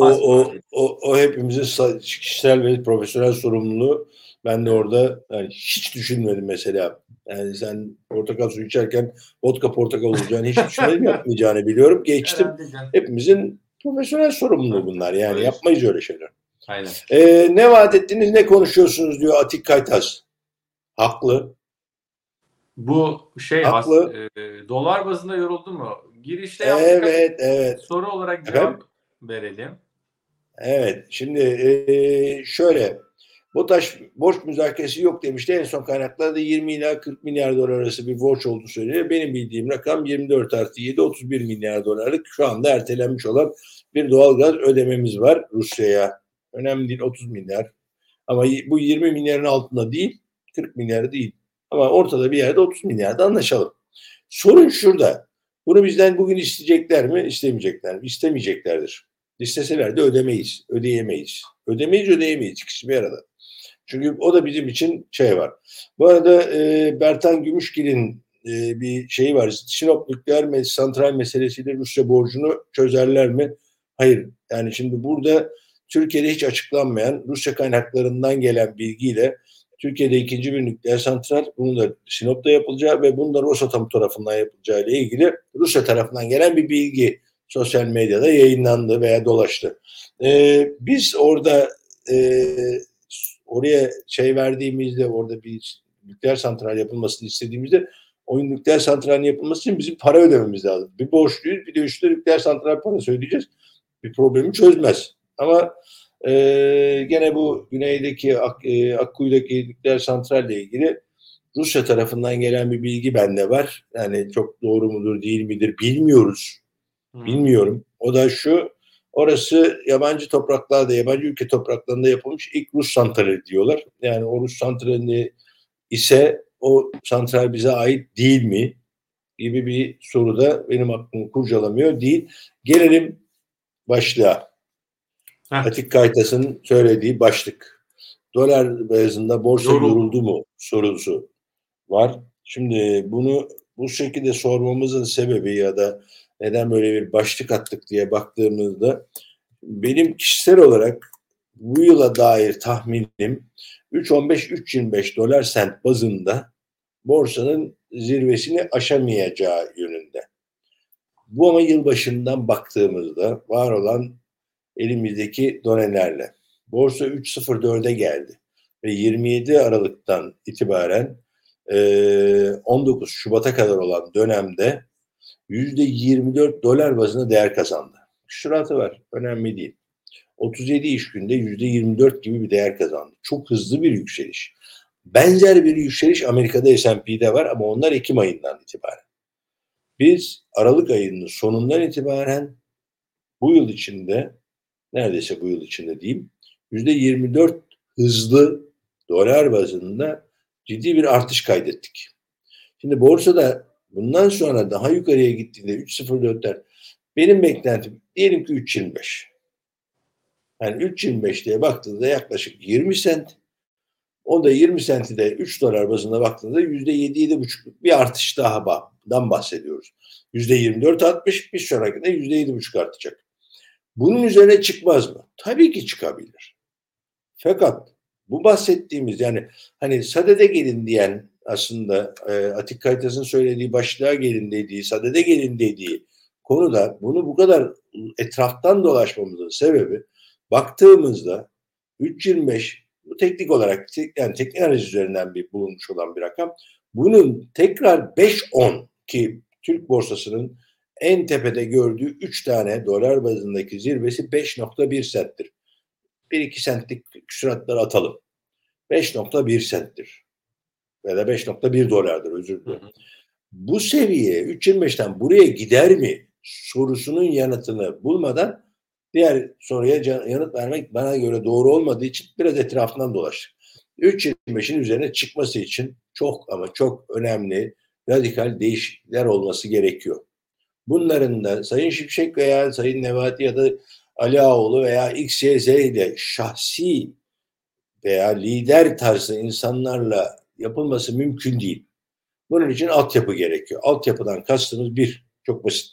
o hepimizin kişisel ve profesyonel sorumluluğu. Ben de orada yani hiç düşünmedim mesela. Yani sen portakal suyu içerken vodka portakal olacağını hiç düşünmedim, yapmayacağını biliyorum. Geçtim. herhalde can. Hepimizin profesyonel sorumluluğu bunlar. Yani Öyle. yapmayız öyle şeyler. Aynen. Ne vaat ettiniz, ne konuşuyorsunuz diyor Atik Kaytaz. Haklı. Bu Haklı. dolar bazında yoruldu mu? Girişte Evet, evet. soru olarak Efendim? cevap verelim. Evet. Şimdi şöyle. BOTAŞ borç müzakeresi yok demişti. En son kaynaklarda 20 ila 40 milyar dolar arası bir borç olduğu söyleniyor. Benim bildiğim rakam 24 artı 7 31 milyar dolarlık şu anda ertelenmiş olan bir doğalgaz ödememiz var Rusya'ya. Önemli değil 30 milyar. Ama bu 20 milyarın altında değil 40 milyar değil. Ama ortada bir yerde 30 milyarda anlaşalım. Sorun şurada. Bunu bizden bugün isteyecekler mi? İstemeyecekler mi? İstemeyeceklerdir. İsteseler de ödeyemeyiz. Ödeyemeyiz. İkisi bir arada. Çünkü o da bizim için şey var. Bu arada Bertan Gümüşgil'in bir şeyi var. Sinop nükleer santral meselesiyle Rusya borcunu çözerler mi? Hayır. Yani şimdi burada Türkiye'de hiç açıklanmayan Rusya kaynaklarından gelen bilgiyle Türkiye'de ikinci bir nükleer santral, bunun da Sinop'ta yapılacağı ve bunun da Rosatom tarafından yapılacağı ile ilgili Rusya tarafından gelen bir bilgi sosyal medyada yayınlandı veya dolaştı. Biz orada oraya şey verdiğimizde, orada bir nükleer santral yapılmasını istediğimizde, o nükleer santralin yapılması için bizim para ödememiz lazım. Bir borçluyuz, bir de üstüne nükleer santral parası ödeyeceğiz. Bir problemi çözmez. Ama gene bu güneydeki Akkuyu'daki nükleer santralle ilgili Rusya tarafından gelen bir bilgi bende var. Yani çok doğru mudur değil midir bilmiyoruz. Bilmiyorum. O da şu: orası yabancı topraklarda, yabancı ülke topraklarında yapılmış ilk Rus santrali diyorlar. Yani o Rus santrali ise o santral bize ait değil mi gibi bir soru da benim aklımı kurcalamıyor değil. Gelelim başlığa. Heh. Atik Kaytas'ın söylediği başlık. Dolar bazında borsa yoruldu mu sorusu var. Şimdi bunu bu şekilde sormamızın sebebi ya da neden böyle bir başlık attık diye baktığımızda, benim kişisel olarak bu yıla dair tahminim 3.15-3.25 dolar sent bazında borsanın zirvesini aşamayacağı yönünde. Bu ama yılbaşından baktığımızda var olan elimizdeki donelerle. Borsa 3.04'e geldi ve 27 Aralık'tan itibaren 19 Şubat'a kadar olan dönemde %24 dolar bazında değer kazandı. Şuratı var, önemli değil. 37 iş günde %24 gibi bir değer kazandı. Çok hızlı bir yükseliş. Benzer bir yükseliş Amerika'da S&P'de var ama onlar Ekim ayından itibaren. Biz Aralık ayının sonundan itibaren bu yıl içinde, neredeyse bu yıl içinde diyeyim, %24 hızlı dolar bazında ciddi bir artış kaydettik. Şimdi borsada bundan sonra daha yukarıya gittiğinde 3.04'ler, benim beklentim diyelim ki 3.25. Yani 3.25 diye baktığında yaklaşık 20 sent. O da 20 senti de 3 dolar bazında baktığında %7-7,5'luk bir artış dahadan bahsediyoruz. %24 artmış, bir sonrakinde %7,5 artacak. Bunun üzerine çıkmaz mı? Tabii ki çıkabilir. Fakat bu bahsettiğimiz, yani hani sadede gelin diyen, aslında Atik Kaytas'ın söylediği, başlığa gelin dediği, sadede gelin dediği konuda bunu bu kadar etraftan dolaşmamızın sebebi, baktığımızda 3.25 bu teknik olarak, yani teknik analiz üzerinden bir bulunmuş olan bir rakam. Bunun tekrar 5.10 ki Türk borsasının en tepede gördüğü 3 tane dolar bazındaki zirvesi 5.1 senttir. 1-2 sentlik küsuratları atalım. 5.1 senttir. Ya da 5.1 dolardır, özür dilerim. Bu seviye 3.25'ten buraya gider mi sorusunun yanıtını bulmadan diğer soruya yanıt vermek bana göre doğru olmadığı için biraz etrafından dolaştık. 3.25'in üzerine çıkması için çok ama çok önemli radikal değişiklikler olması gerekiyor. Bunların da Sayın Şimşek veya Sayın Nebati ya da Ali Ağaoğlu veya XYZ ile şahsi veya lider tarzı insanlarla yapılması mümkün değil. Bunun için altyapı gerekiyor. Altyapıdan kastımız çok basit.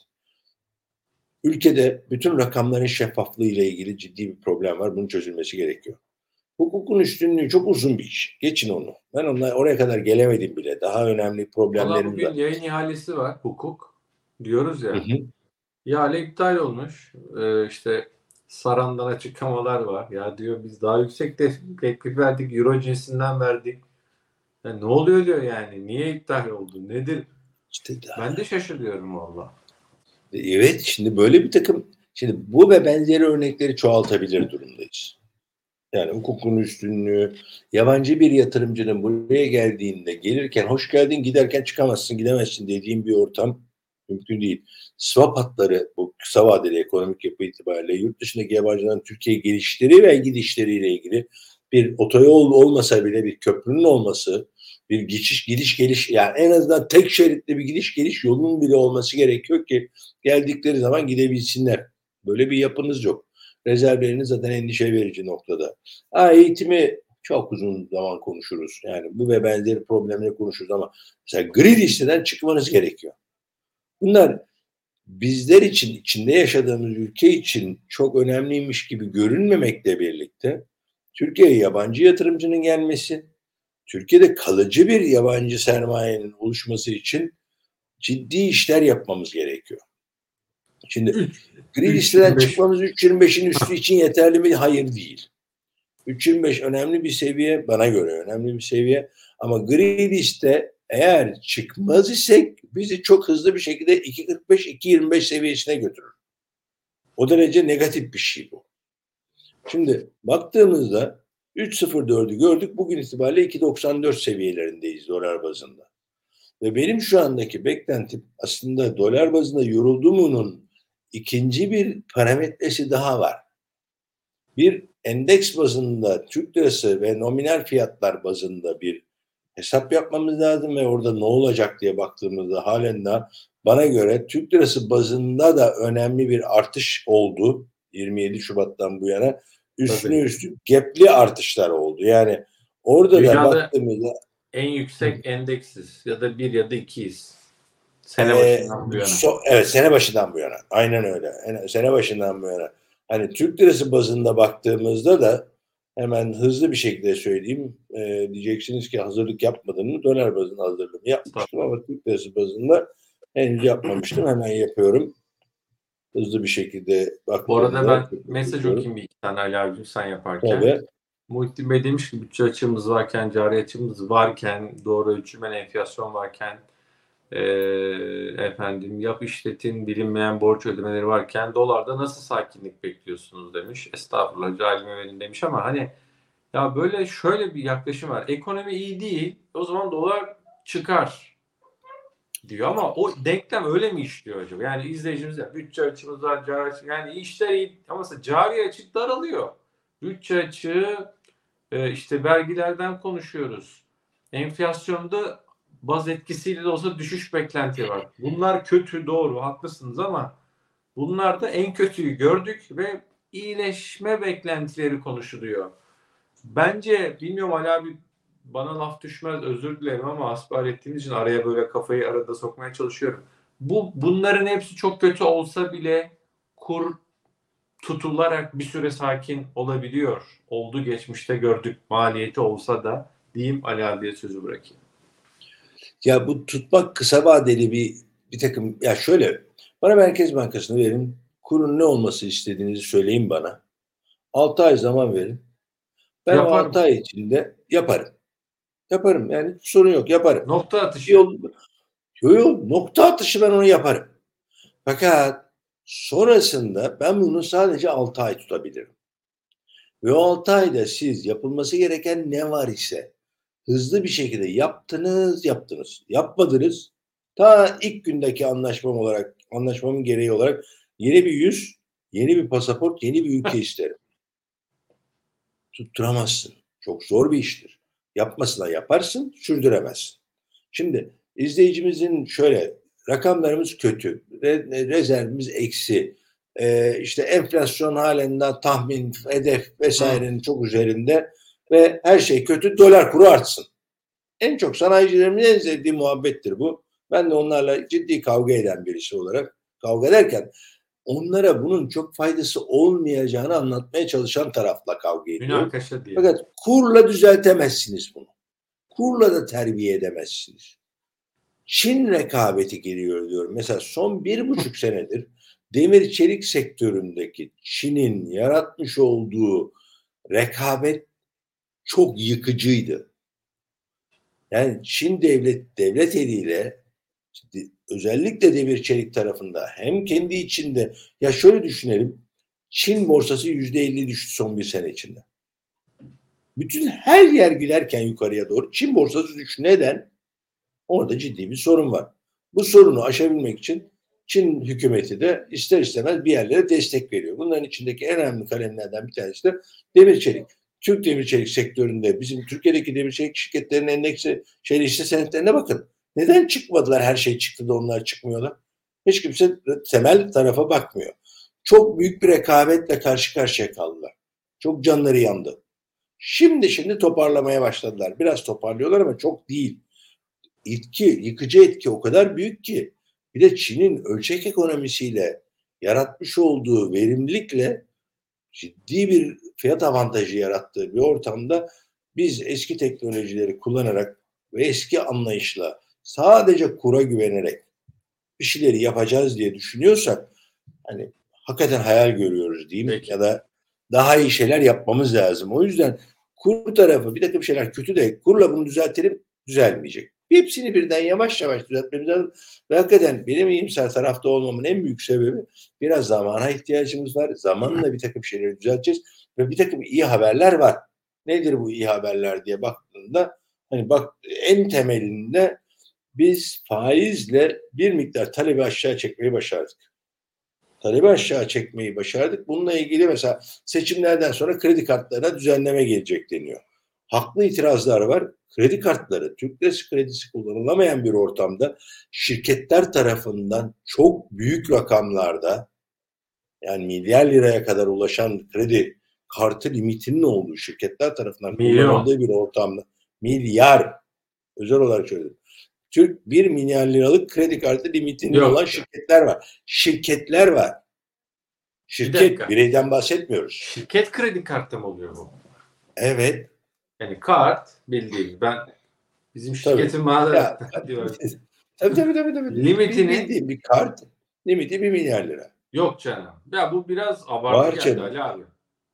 Ülkede bütün rakamların şeffaflığı ile ilgili ciddi bir problem var. Bunun çözülmesi gerekiyor. Hukukun üstünlüğü çok uzun bir iş. Geçin onu. Ben oraya kadar gelemedim bile. Daha önemli problemlerim var. Bugün yayın ihalesi var, hukuk. Diyoruz ya. Hı hı. İhale iptal olmuş. İşte Saran'dan açıklamalar var. Ya diyor, biz daha yüksek teklif verdik. Euro cinsinden verdik. Ya ne oluyor diyor yani. Niye iptal oldu? Nedir? İşte Ben de şaşırıyorum valla. evet, şimdi böyle bir takım, şimdi bu ve benzeri örnekleri çoğaltabilir durumdayız. Yani hukukun üstünlüğü, yabancı bir yatırımcının buraya geldiğinde, gelirken hoş geldin, giderken çıkamazsın, gidemezsin dediğim bir ortam mümkün değil. Swap hatları, bu kısa vadeli ekonomik yapı itibariyle yurt dışındaki yabancıların Türkiye gelişleri ve gidişleriyle ilgili bir otoyol olmasa bile bir köprünün olması, bir gidiş geliş, yani en azından tek şeritli bir gidiş geliş yolunun bile olması gerekiyor ki geldikleri zaman gidebilsinler. Böyle bir yapınız yok. Rezervleriniz zaten endişe verici noktada. Eğitimi çok uzun zaman konuşuruz. Yani bu ve benzeri problemleri konuşuruz ama mesela gri listeden çıkmanız gerekiyor. Bunlar bizler için, içinde yaşadığımız ülke için çok önemliymiş gibi görünmemekle birlikte Türkiye'ye yabancı yatırımcının gelmesi, Türkiye'de kalıcı bir yabancı sermayenin oluşması için ciddi işler yapmamız gerekiyor. Şimdi gri listeden çıkmamız 3.25'in üstü için yeterli mi? Hayır, değil. 3.25 önemli bir seviye, bana göre önemli bir seviye. Ama gri liste eğer çıkmaz isek bizi çok hızlı bir şekilde 2.45-2.25 seviyesine götürür. O derece negatif bir şey bu. Şimdi baktığımızda 3.04'ü gördük. Bugün itibariyle 2.94 seviyelerindeyiz dolar bazında. Ve benim şu andaki beklentim aslında dolar bazında yorulduğumunun ikinci bir parametresi daha var. Bir endeks bazında Türk lirası ve nominal fiyatlar bazında bir hesap yapmamız lazım ve orada ne olacak diye baktığımızda halen daha bana göre Türk lirası bazında da önemli bir artış oldu 27 Şubat'tan bu yana. Üstüne Tabii. üstlük gap'li artışlar oldu. Yani orada da Dünyada baktığımızda en yüksek endeksiz ya da bir ya da ikiyiz. Sene başından bu yana. evet, sene başından bu yana. Aynen öyle. Sene başından bu yana. Hani Türk lirası bazında baktığımızda da hemen hızlı bir şekilde söyleyeyim. Diyeceksiniz ki hazırlık yapmadın mı? Dolar bazında hazırlığımı yapmıştım ama Türk lirası bazında henüz yapmamıştım. Hemen yapıyorum. Hızlı bir şekilde Bu arada baktığımda ben mesaj okuyayım bir iki tane Ali abicim sen yaparken. tabii. Muhittin Bey demiş ki bütçe açığımız varken, cari açığımız varken, doğru ölçümen enflasyon varken, efendim yap işletin bilinmeyen borç ödemeleri varken dolarda nasıl sakinlik bekliyorsunuz demiş. Estağfurullah cahilime verin demiş ama hani ya böyle şöyle bir yaklaşım var. Ekonomi iyi değil o zaman dolar çıkar diyor ama o denklem öyle mi işliyor acaba? Yani izleyicimiz de bütçe açığımız var, cari açık yani işler iyi ama mesela cari açık daralıyor. Bütçe açığı işte vergilerden konuşuyoruz. Enflasyonda baz etkisiyle de olsa düşüş beklenti var. Bunlar kötü doğru haklısınız ama bunlarda en kötüyü gördük ve iyileşme beklentileri konuşuluyor. Bence bilmiyorum Ali abi bana laf düşmez özür dilerim ama hasbihal ettiğiniz için araya böyle kafayı arada sokmaya çalışıyorum. Bunların hepsi çok kötü olsa bile kur tutularak bir süre sakin olabiliyor. Oldu geçmişte gördük maliyeti olsa da diyeyim Ali abiye sözü bırakayım. Ya bu tutmak kısa vadeli bir takım ya şöyle bana Merkez Bankası'nı verin. Kurun ne olması istediğinizi söyleyin bana. 6 ay zaman verin. Ben o 6 Yaparım. ay içinde yaparım. Yaparım yani sorun yok yaparım. Nokta Bir atışı. yol, nokta atışı ben onu yaparım. Fakat sonrasında ben bunu sadece 6 ay tutabilirim. Ve o 6 ayda siz yapılması gereken ne var ise hızlı bir şekilde yaptınız. Yapmadınız. Ta ilk gündeki anlaşmamın gereği olarak yeni bir yüz, yeni bir pasaport, yeni bir ülke isterim. Tutturamazsın. Çok zor bir iştir. Yapmasına yaparsın, sürdüremezsin. Şimdi izleyicimizin şöyle rakamlarımız kötü, rezervimiz eksi, işte enflasyon halen daha tahmin, hedef vesairenin çok üzerinde ve her şey kötü, dolar kuru artsın. En çok sanayicilerimin en sevdiği muhabbettir bu. Ben de onlarla ciddi kavga eden birisi olarak, kavga ederken onlara bunun çok faydası olmayacağını anlatmaya çalışan tarafla kavga ediyorum. Münakaşa diyelim. Fakat kurla düzeltemezsiniz bunu. Kurla da terbiye edemezsiniz. Çin rekabeti geliyor diyorum. Mesela son 1,5 senedir demir çelik sektöründeki Çin'in yaratmış olduğu rekabet çok yıkıcıydı. Yani Çin devlet eliyle özellikle demir çelik tarafında hem kendi içinde ya şöyle düşünelim Çin borsası %50 düştü son bir sene içinde. Bütün her yer giderken yukarıya doğru Çin borsası düştü. Neden? Orada ciddi bir sorun var. Bu sorunu aşabilmek için Çin hükümeti de ister istemez bir yerlere destek veriyor. Bunların içindeki en önemli kalemlerden bir tanesi de demir çelik. Türk demir çelik sektöründe bizim Türkiye'deki demir çelik şirketlerinin endeksi hisse senetlerine bakın. Neden çıkmadılar her şey çıktı da onlar çıkmıyorlar? Hiç kimse temel tarafa bakmıyor. Çok büyük bir rekabetle karşı karşıya kaldılar. Çok canları yandı. Şimdi toparlamaya başladılar. Biraz toparlıyorlar ama çok değil. Yıkıcı etki o kadar büyük ki bir de Çin'in ölçek ekonomisiyle yaratmış olduğu verimlilikle ciddi bir fiyat avantajı yarattığı bir ortamda biz eski teknolojileri kullanarak ve eski anlayışla sadece kura güvenerek bir şeyleri yapacağız diye düşünüyorsak hani hakikaten hayal görüyoruz diyeyim Peki. ya da daha iyi şeyler yapmamız lazım. O yüzden kur tarafı bir takım şeyler kötü de kurla bunu düzeltelim, düzelmeyecek. Hepsini birden yavaş yavaş düzeltmemiz lazım. Ve hakikaten benim iyimser tarafta olmamın en büyük sebebi biraz zamana ihtiyacımız var. Zamanla bir takım şeyleri düzelteceğiz ve bir takım iyi haberler var. Nedir bu iyi haberler diye baktığında hani bak en temelinde biz faizle bir miktar talebi aşağı çekmeyi başardık. Talebi aşağı çekmeyi başardık. Bununla ilgili mesela seçimlerden sonra kredi kartlarına düzenleme gelecek deniyor. Haklı itirazlar var. Kredi kartları, Türk lirası kredisi kullanılamayan bir ortamda şirketler tarafından çok büyük rakamlarda yani milyar liraya kadar ulaşan kredi kartı limitinin olduğu şirketler tarafından Milyon. kullanıldığı bir ortamda milyar özel olarak söyledim. Türk 1 milyar liralık kredi kartı limitinin Yok. olan şirketler var. Şirketler var. Şirket, bireyden bahsetmiyoruz. Şirket kredi kartı mı oluyor bu? Evet. Yani kart bildiğim. Ben bizim şirketin mağaza Tabii. limitini Bildiğim bir kart limiti 1 milyar lira. yok canım. Ya bu biraz abartı Var geldi canım. Ali abi.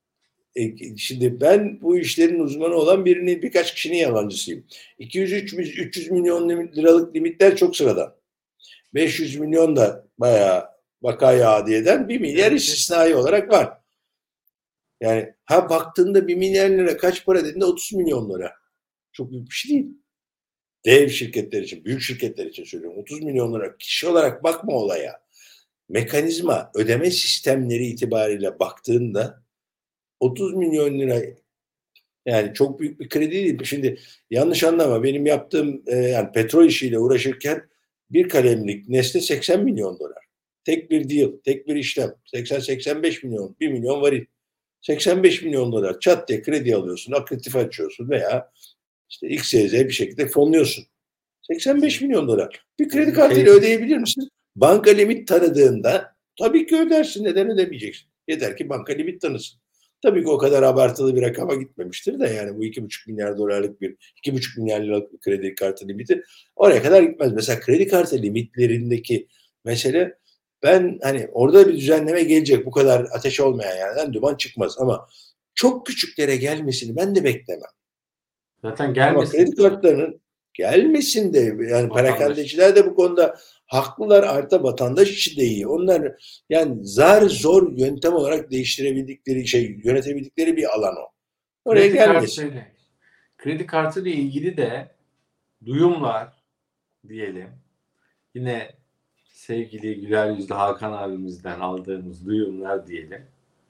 Şimdi ben bu işlerin uzmanı olan birkaç kişinin yalancısıyım. 200-300 milyon liralık limitler çok sıradan. 500 milyon da bayağı vakaya adiyeden 1 milyar istisnai olarak var. Yani baktığında 1 milyar lira kaç para dediğinde 30 milyon lira. Çok büyük bir şey değil. Dev şirketler için, büyük şirketler için söylüyorum. 30 milyon lira kişi olarak bakma olaya. Mekanizma, ödeme sistemleri itibariyle baktığında 30 milyon lira yani çok büyük bir kredi değil. Şimdi yanlış anlama benim yaptığım yani petrol işiyle uğraşırken bir kalemlik Nesle 80 milyon dolar. Tek bir deal, tek bir işlem. 80-85 milyon, 1 milyon varil. 85 milyon dolar çat diye kredi alıyorsun, aktif açıyorsun veya işte XYZ bir şekilde fonluyorsun. 85 milyon dolar. Bir kredi kartıyla ödeyebilir misin? Banka limit tanıdığında tabii ki ödersin. Neden ödemeyeceksin? Yeter ki banka limit tanısın. Tabii ki o kadar abartılı bir rakama gitmemiştir de yani bu 2,5 milyar dolarlık 2,5 milyar liralık bir kredi kartı limiti oraya kadar gitmez. Mesela kredi kartı limitlerindeki mesele ben hani orada bir düzenleme gelecek bu kadar ateş olmayan yerden duman çıkmaz ama çok küçüklere gelmesini ben de beklemem. Zaten gelmesin. Ama kredi kartlarının gelmesin de yani perakendeciler de bu konuda haklılar artı vatandaş için de iyi. Onlar yani zar zor yöntem olarak değiştirebildikleri yönetebildikleri bir alan o. Oraya gelmesin. Kredi kartı ile ilgili de duyumlar diyelim. Yine sevgili güler yüzlü Hakan abimizden aldığımız duyumlar diyelim.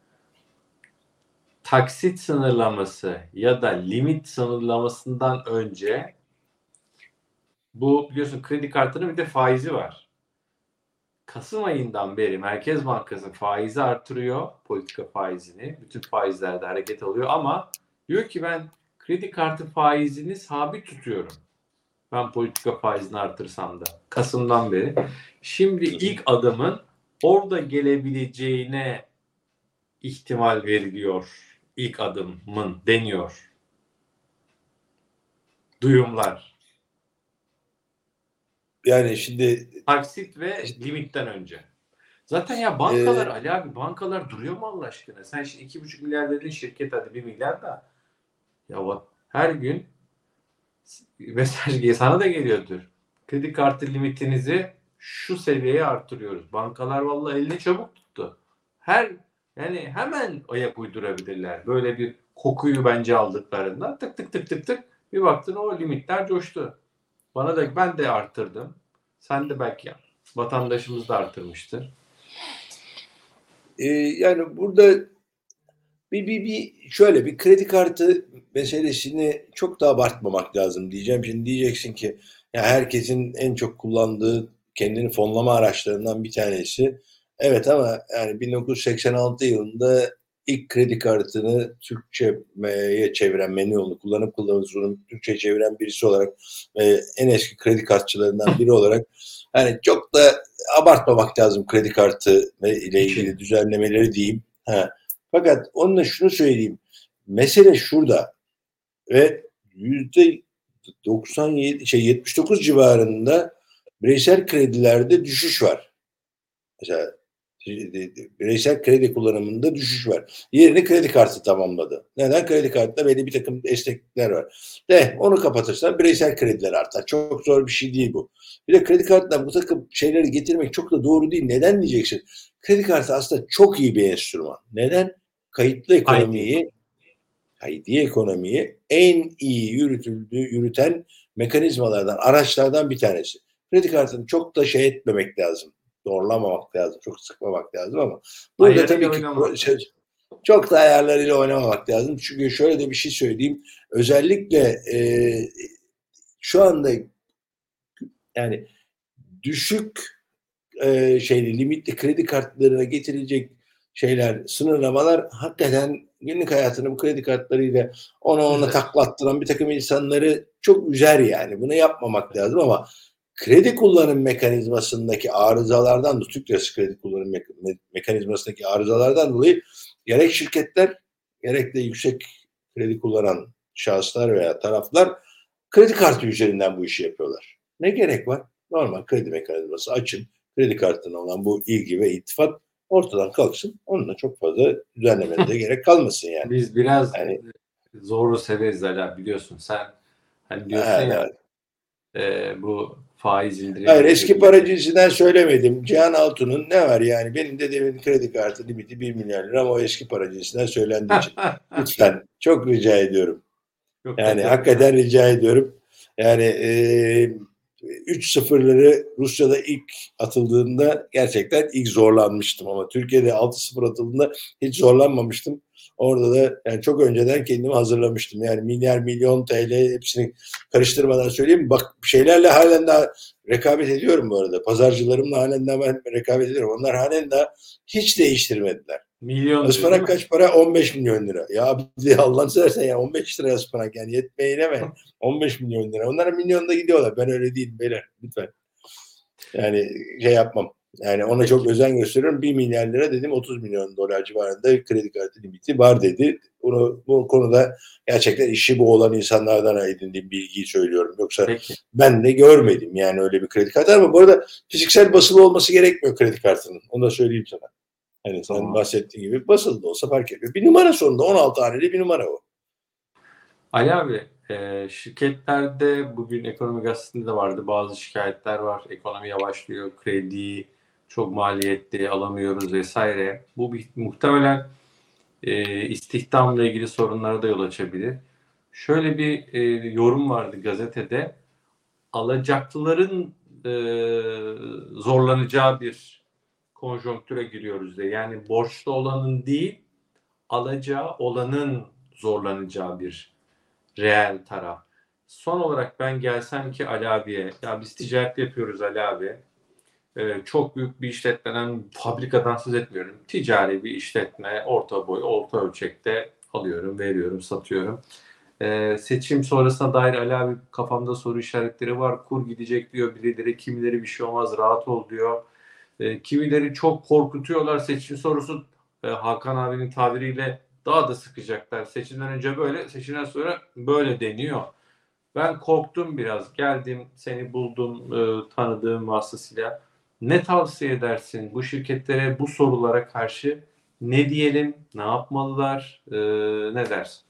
Taksit sınırlaması ya da limit sınırlamasından önce bu biliyorsun kredi kartının bir de faizi var. Kasım ayından beri Merkez Bankası faizi artırıyor, politika faizini. Bütün faizlerde hareket alıyor ama diyor ki ben kredi kartı faizini sabit tutuyorum. Ben politika faizini artırsam da Kasım'dan beri. Şimdi ilk adımın orada gelebileceğine ihtimal veriliyor. İlk adımın deniyor. Duyumlar. Yani şimdi taksit ve limitten önce. Zaten ya bankalar Ali abi bankalar duruyor mu Allah aşkına? Sen şimdi 2,5 milyar dedin şirket hadi 1 milyar da. Ya bak her gün mesaj sana da geliyordur. Kredi kartı limitinizi şu seviyeye arttırıyoruz. Bankalar vallahi elini çabuk tuttu. Yani hemen ayak uydurabilirler. Böyle bir kokuyu bence aldıklarında tık tık tık tık tık bir baktın o limitler coştu. Ben de arttırdım. Sen de belki vatandaşımız da arttırmıştır. Yani burada şöyle bir kredi kartı meselesini çok da abartmamak lazım diyeceğim. Şimdi diyeceksin ki ya herkesin en çok kullandığı kendini fonlama araçlarından bir tanesi. Evet ama yani 1986 yılında ilk kredi kartını Türkçe'ye çeviren menü yolunu kullanıp Türkçe'ye çeviren birisi olarak en eski kredi kartçılarından biri olarak yani çok da abartmamak lazım kredi kartı ile ilgili düzenlemeleri diyeyim. Fakat onunla şunu söyleyeyim. Mesele şurada ve %97 79 civarında bireysel kredilerde düşüş var. Mesela Bireysel kredi kullanımında düşüş var. Yerini kredi kartı tamamladı. Neden? Kredi kartında belli bir takım esneklikler var. Onu kapatırsan bireysel krediler artar. Çok zor bir şey değil bu. Bir de kredi kartına bu takım şeyleri getirmek çok da doğru değil. Neden diyeceksin? Kredi kartı aslında çok iyi bir enstrüman. Neden? Kayıtlı Haydi. ekonomiyi, haydi ekonomiyi en iyi yürüten mekanizmalardan, araçlardan bir tanesi. Kredi kartını çok da şey etmemek lazım. Zorlamamak lazım, çok sıkmamak lazım ama burada Ayarıyla tabii ki oynamak lazım. çok da ayarlarıyla oynamamak lazım. Çünkü şöyle de bir şey söyleyeyim. Özellikle şu anda yani düşük limitli kredi kartlarına getirecek şeyler, sınırlamalar hakikaten günlük hayatını bu kredi kartlarıyla ona Güzel. taklattıran bir takım insanları çok üzer yani. Bunu yapmamak lazım ama kredi kullanım mekanizmasındaki arızalardan, Türk lirası kredi kullanım mekanizmasındaki arızalardan dolayı gerek şirketler gerek de yüksek kredi kullanan şahıslar veya taraflar kredi kartı üzerinden bu işi yapıyorlar. Ne gerek var? Normal kredi mekanizması açın. Kredi kartına olan bu ilgi ve iltifat ortadan kalksın. Onunla çok fazla düzenlemene de gerek kalmasın yani. Biz biraz Yani zoru severiz Ala, biliyorsun. Sen hani diyorsun evet, ya, evet. bu faiz Hayır, indirimleriyle eski para birlikte. cinsinden söylemedim. Cihan Altun'un ne var yani? Benim dedemin kredi kartı limiti 1 milyar lira ama o eski para cinsinden söylendiği için. Lütfen çok rica ediyorum. Yok, Yani takılmıyorum. hakikaten rica ediyorum. Yani 3-0'ları Rusya'da ilk atıldığında gerçekten ilk zorlanmıştım ama Türkiye'de 6-0 atıldığında hiç zorlanmamıştım. Orada da yani çok önceden kendimi hazırlamıştım. Yani milyar milyon TL hepsini karıştırmadan söyleyeyim. Bak şeylerle halen daha rekabet ediyorum bu arada. Pazarcılarımla halen daha ben rekabet ediyorum. Onlar halen daha hiç değiştirmediler. Milyon diyor değil Ispanak mi? kaç para? 15 milyon lira. Ya abi Allah'ını seversen ya 15 lira ıspanak yani yetmeyine mi? 15 milyon lira. Onlara milyonda gidiyorlar. Ben öyle değilim beyler. Lütfen. Yani şey yapmam. Yani ona çok Peki. özen gösteriyorum. 1 milyar lira dedim 30 milyon dolar civarında kredi kartı limiti var dedi. Bu konuda gerçekten işi bu olan insanlardan edindiğim bilgiyi söylüyorum. Yoksa Peki. ben de görmedim yani öyle bir kredi kartı ama bu arada fiziksel basılı olması gerekmiyor kredi kartının. Onu da söyleyeyim sana. Hani sen Tamam. bahsettiğin gibi basılı da olsa fark etmiyor. Bir numara sonunda 16 haneli bir numara o. Ali abi, şirketlerde bugün Ekonomi Gazetesi'nde de vardı. Bazı şikayetler var. Ekonomi yavaşlıyor, kredi çok maliyetli, alamıyoruz vesaire. Bu muhtemelen istihdamla ilgili sorunlara da yol açabilir. Şöyle bir yorum vardı gazetede. Alacaklıların zorlanacağı bir konjonktüre giriyoruz diye. Yani borçlu olanın değil, alacağı olanın zorlanacağı bir reel taraf. Son olarak ben gelsem ki Ali abiye, ya biz ticaret yapıyoruz Ali abi. Çok büyük bir işletmeden, fabrikadan söz etmiyorum. Ticari bir işletme, orta boy, orta ölçekte alıyorum, veriyorum, satıyorum. Seçim sonrasına dair Ali abi kafamda soru işaretleri var. Kur gidecek diyor birileri, kimileri bir şey olmaz rahat ol diyor. Kimileri çok korkutuyorlar. Seçim sorusu Hakan abinin tabiriyle daha da sıkacaklar. Seçimden önce böyle, seçimden sonra böyle deniyor. Ben korktum biraz. Geldim, seni buldum, tanıdığım vasıtasıyla. Ne tavsiye edersin bu şirketlere bu sorulara karşı? Ne diyelim, ne yapmalılar, ne dersin?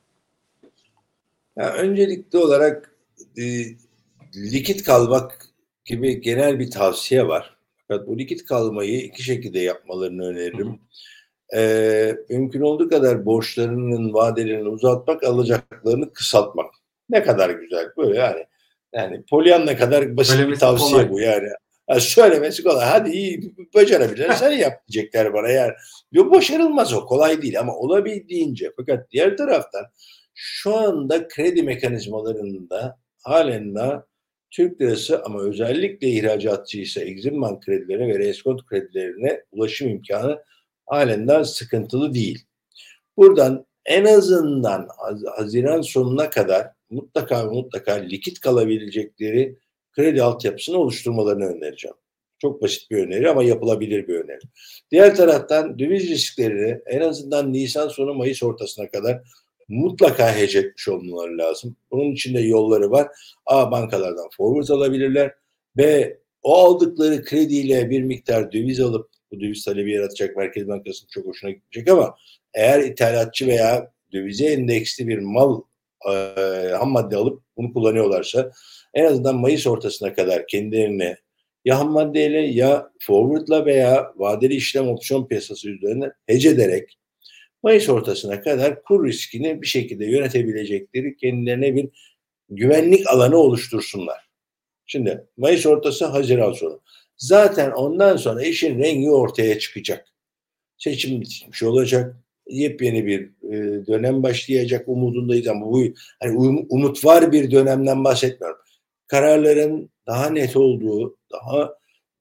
Ya öncelikli olarak likit kalmak gibi genel bir tavsiye var. Fakat bu likit kalmayı iki şekilde yapmalarını Hı hı. öneririm. Mümkün olduğu kadar borçlarının vadelerini uzatmak, alacaklarını kısaltmak. Ne kadar güzel böyle yani Pollyanna kadar basit bir Söylemesi tavsiye kolay. bu yani. Ha, söylemesi kolay. Hadi iyi becerebilirsen sen yap diyecekler bana yani. Yok başarılmaz o kolay değil ama olabildiğince. Fakat diğer taraftan şu anda kredi mekanizmalarında halen de Türk lirası ama özellikle ihracatçıysa Exim Bank kredilerine ve reskont kredilerine ulaşım imkanı halen daha sıkıntılı değil. Buradan en azından Haziran sonuna kadar mutlaka likit kalabilecekleri kredi altyapısını oluşturmalarını önereceğim. Çok basit bir öneri ama yapılabilir bir öneri. Diğer taraftan döviz risklerini en azından Nisan sonu Mayıs ortasına kadar mutlaka hedge etmiş olmaları lazım. Bunun için de yolları var. A bankalardan forward alabilirler. B o aldıkları krediyle bir miktar döviz alıp Bu döviz talebi yaratacak, Merkez Bankası'nın çok hoşuna gidecek ama eğer ithalatçı veya dövize endeksli bir mal ham madde alıp bunu kullanıyorlarsa en azından Mayıs ortasına kadar kendilerini ya ham maddeyle ya forward'la veya vadeli işlem opsiyon piyasası üzerine hedge ederek Mayıs ortasına kadar kur riskini bir şekilde yönetebilecekleri kendilerine bir güvenlik alanı oluştursunlar. Şimdi Mayıs ortası, Haziran sonu. Zaten ondan sonra işin rengi ortaya çıkacak. Seçim bitmiş olacak. Yepyeni bir dönem başlayacak umudundayız ama bu hani umut var bir dönemden bahsetmiyorum. Kararların daha net olduğu, daha